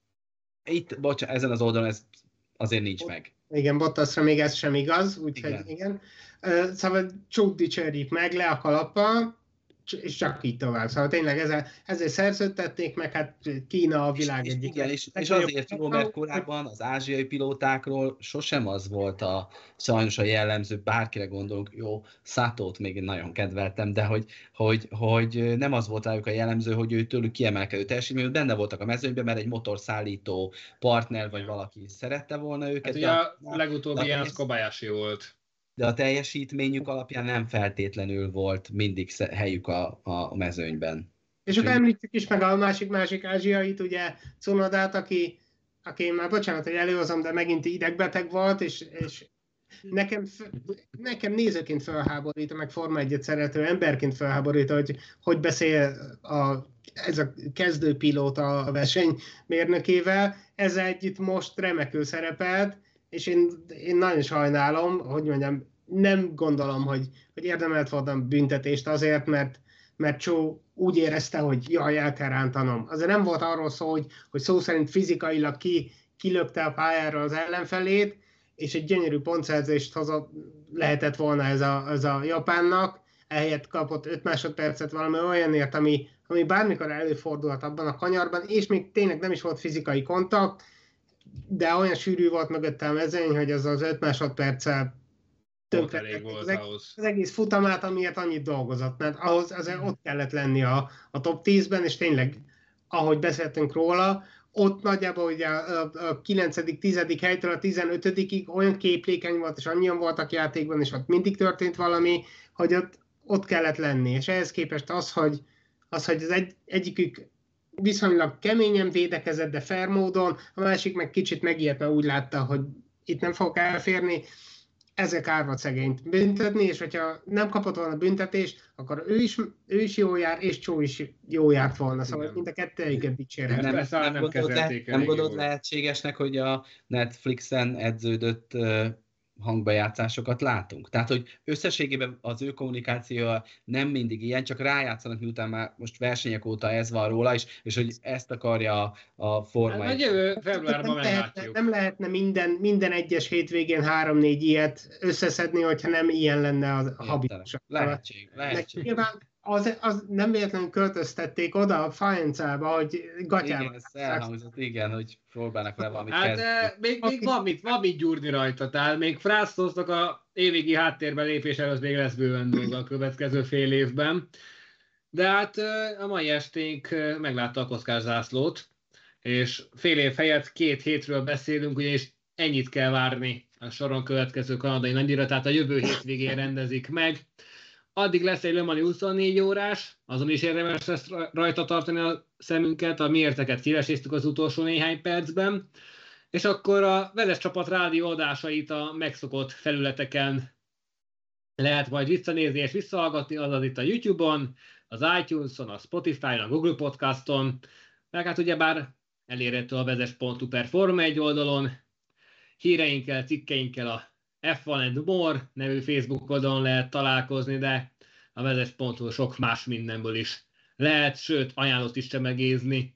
Itt, bocsánat, ezen az oldalon ez azért nincs meg. Igen, Bottasra még ez sem igaz, úgyhogy igen. igen. Uh, szóval Zhout dicsérjük meg le a kalappal, és csak így tovább. Szóval tényleg ezzel, ezzel szerződtették meg, hát Kína a világ és, egyik. Igen, és, és azért jó, mert korábban az ázsiai pilótákról sosem az volt a sajnos a jellemző, bárkire gondolunk, jó, Satót még nagyon kedveltem, de hogy, hogy, hogy nem az volt rájuk a jellemző, hogy ő tőlük kiemelkedő teljesítmény, benne voltak a mezőnyben, mert egy motorszállító partner, vagy valaki szerette volna őket. Hát ugye a, a legutóbbi ilyen az Kobayashi volt. De a teljesítményük alapján nem feltétlenül volt mindig helyük a, a mezőnyben. És akkor említjük is meg a másik-másik ázsiait, ugye Tsunodát, aki, aki már bocsánat, hogy előhozom, de megint idegbeteg volt, és, és nekem, nekem nézőként felháborít, meg Forma egyet szerető emberként felháborít, hogy hogy beszél a, ez a kezdőpilóta a versenymérnökével. Ezzel együtt most remekül szerepelt, és én, én nagyon sajnálom, hogy mondjam, nem gondolom, hogy, hogy érdemelt volna büntetést azért, mert, mert Zhou úgy érezte, hogy jaj, el kell rántanom. Azért nem volt arról szó, hogy, hogy szó szerint fizikailag ki, kilökte a pályára az ellenfelét, és egy gyönyörű pontszerzést hozott, lehetett volna ez a, ez a japánnak, ehelyett kapott öt másodpercet valami olyanért, ami, ami bármikor előfordulhat abban a kanyarban, és még tényleg nem is volt fizikai kontakt, de olyan sűrű volt mögötte a mezőny, hogy az az öt másodperccel tönkre az, egész, az egész futamát, amiért annyit dolgozott, mert ahhoz azért ott kellett lenni a, a top tízben, és tényleg, ahogy beszéltünk róla, ott nagyjából ugye a, a kilencedik tizedik helytől a tizenötödikig olyan képlékeny volt, és annyian voltak játékban, és ott mindig történt valami, hogy ott, ott kellett lenni, és ehhez képest az, hogy, az, hogy az egy, egyikük viszonylag keményen védekezett, de fair módon, a másik meg kicsit megijedt, mert úgy látta, hogy itt nem fogok elférni, ezek árva szegényt büntetni, és hogyha nem kapott volna büntetést, akkor ő is, ő is jó jár, és Zhou is jó járt volna, szóval mind a kettőjüket dicsérhet. Nem, nem, nem, nem gondolod, le, nem gondolod lehetségesnek, hogy a Netflixen edződött uh, hangbejátszásokat látunk. Tehát, hogy összességében az ő kommunikációja nem mindig ilyen, csak rájátszanak, miután már most versenyek óta ez van róla, és, és hogy ezt akarja a Forma egy. Jövő februárban meglátjuk. Nem lehetne minden, minden egyes hétvégén három-négy ilyet összeszedni, hogyha nem ilyen lenne a habitus. Lehetség, lehetség. Nyilván az, az nem véletlenül költöztették oda a Fajencába, hogy gatyába. Igen, ez elhangzott, igen, hogy próbálnak le valamit hát, kezdeni. Hát még, még van, mit, van mit gyúrni rajta, tehát még Frászosznak a évvégi háttérben lépéssel az még lesz bőven dolga a következő fél évben. De hát a mai esténk meglátta a kockás zászlót, és fél év helyett két hétről beszélünk, ugyanis ennyit kell várni a soron következő kanadai nagydíjra, tehát a jövő hétvégén rendezik meg. Addig lesz egy Le Mans huszonnégy órás, azon is érdemes lesz rajta tartani a szemünket, a miérteket kiveséztük az utolsó néhány percben, és akkor a Vezes Csapat rádió adásait a megszokott felületeken lehet majd visszanézni és visszahallgatni, azaz itt a YouTube-on, az iTunes-on, a Spotify-on, a Google Podcaston, meg hát ugyebár elérhető a vezes pont hu per Forma egy oldalon, híreinkkel, cikkeinkkel a F one and More nevű Facebook oldalon lehet találkozni, de a vezes pont hu sok más mindenből is lehet, sőt, ajánlott is csemegézni.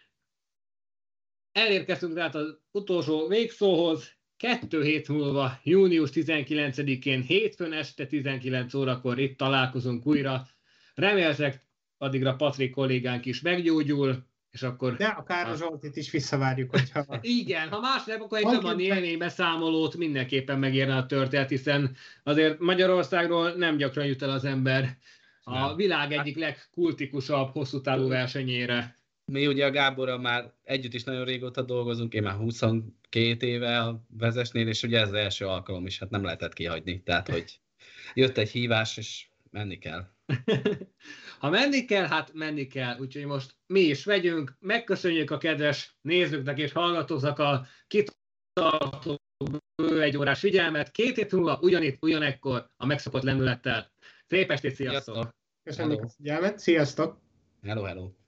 Elérkeztünk tehát az utolsó végszóhoz. Kettő hét múlva, június tizenkilencedikén, hétfőn este tizenkilenc órakor itt találkozunk újra. Reméltek, addigra Patrik kollégánk is meggyógyul, és akkor... De a Káros Zsoltit is visszavárjuk, hogyha... Igen, ha más nem, akkor egy Le Mans élmény beszámolót mindenképpen megérne a történet, hiszen azért Magyarországról nem gyakran jut el az ember a világ egyik legkultikusabb hosszú távú versenyére. Mi ugye a Gáborral már együtt is nagyon régóta dolgozunk, én már huszonkét éve a Vezesnél, és ugye ez az első alkalom is, hát nem lehetett kihagyni. Tehát, hogy jött egy hívás, és menni kell. Ha menni kell, hát menni kell. Úgyhogy most mi is vegyünk, megköszönjük a kedves nézőknek és hallgatóknak a kitartó egy órás figyelmet. Két hét múlva ugyanitt, ugyanekkor a megszokott lendülettel. Szép estét, sziasztok! Köszönjük a figyelmet, sziasztok! Hello, hello!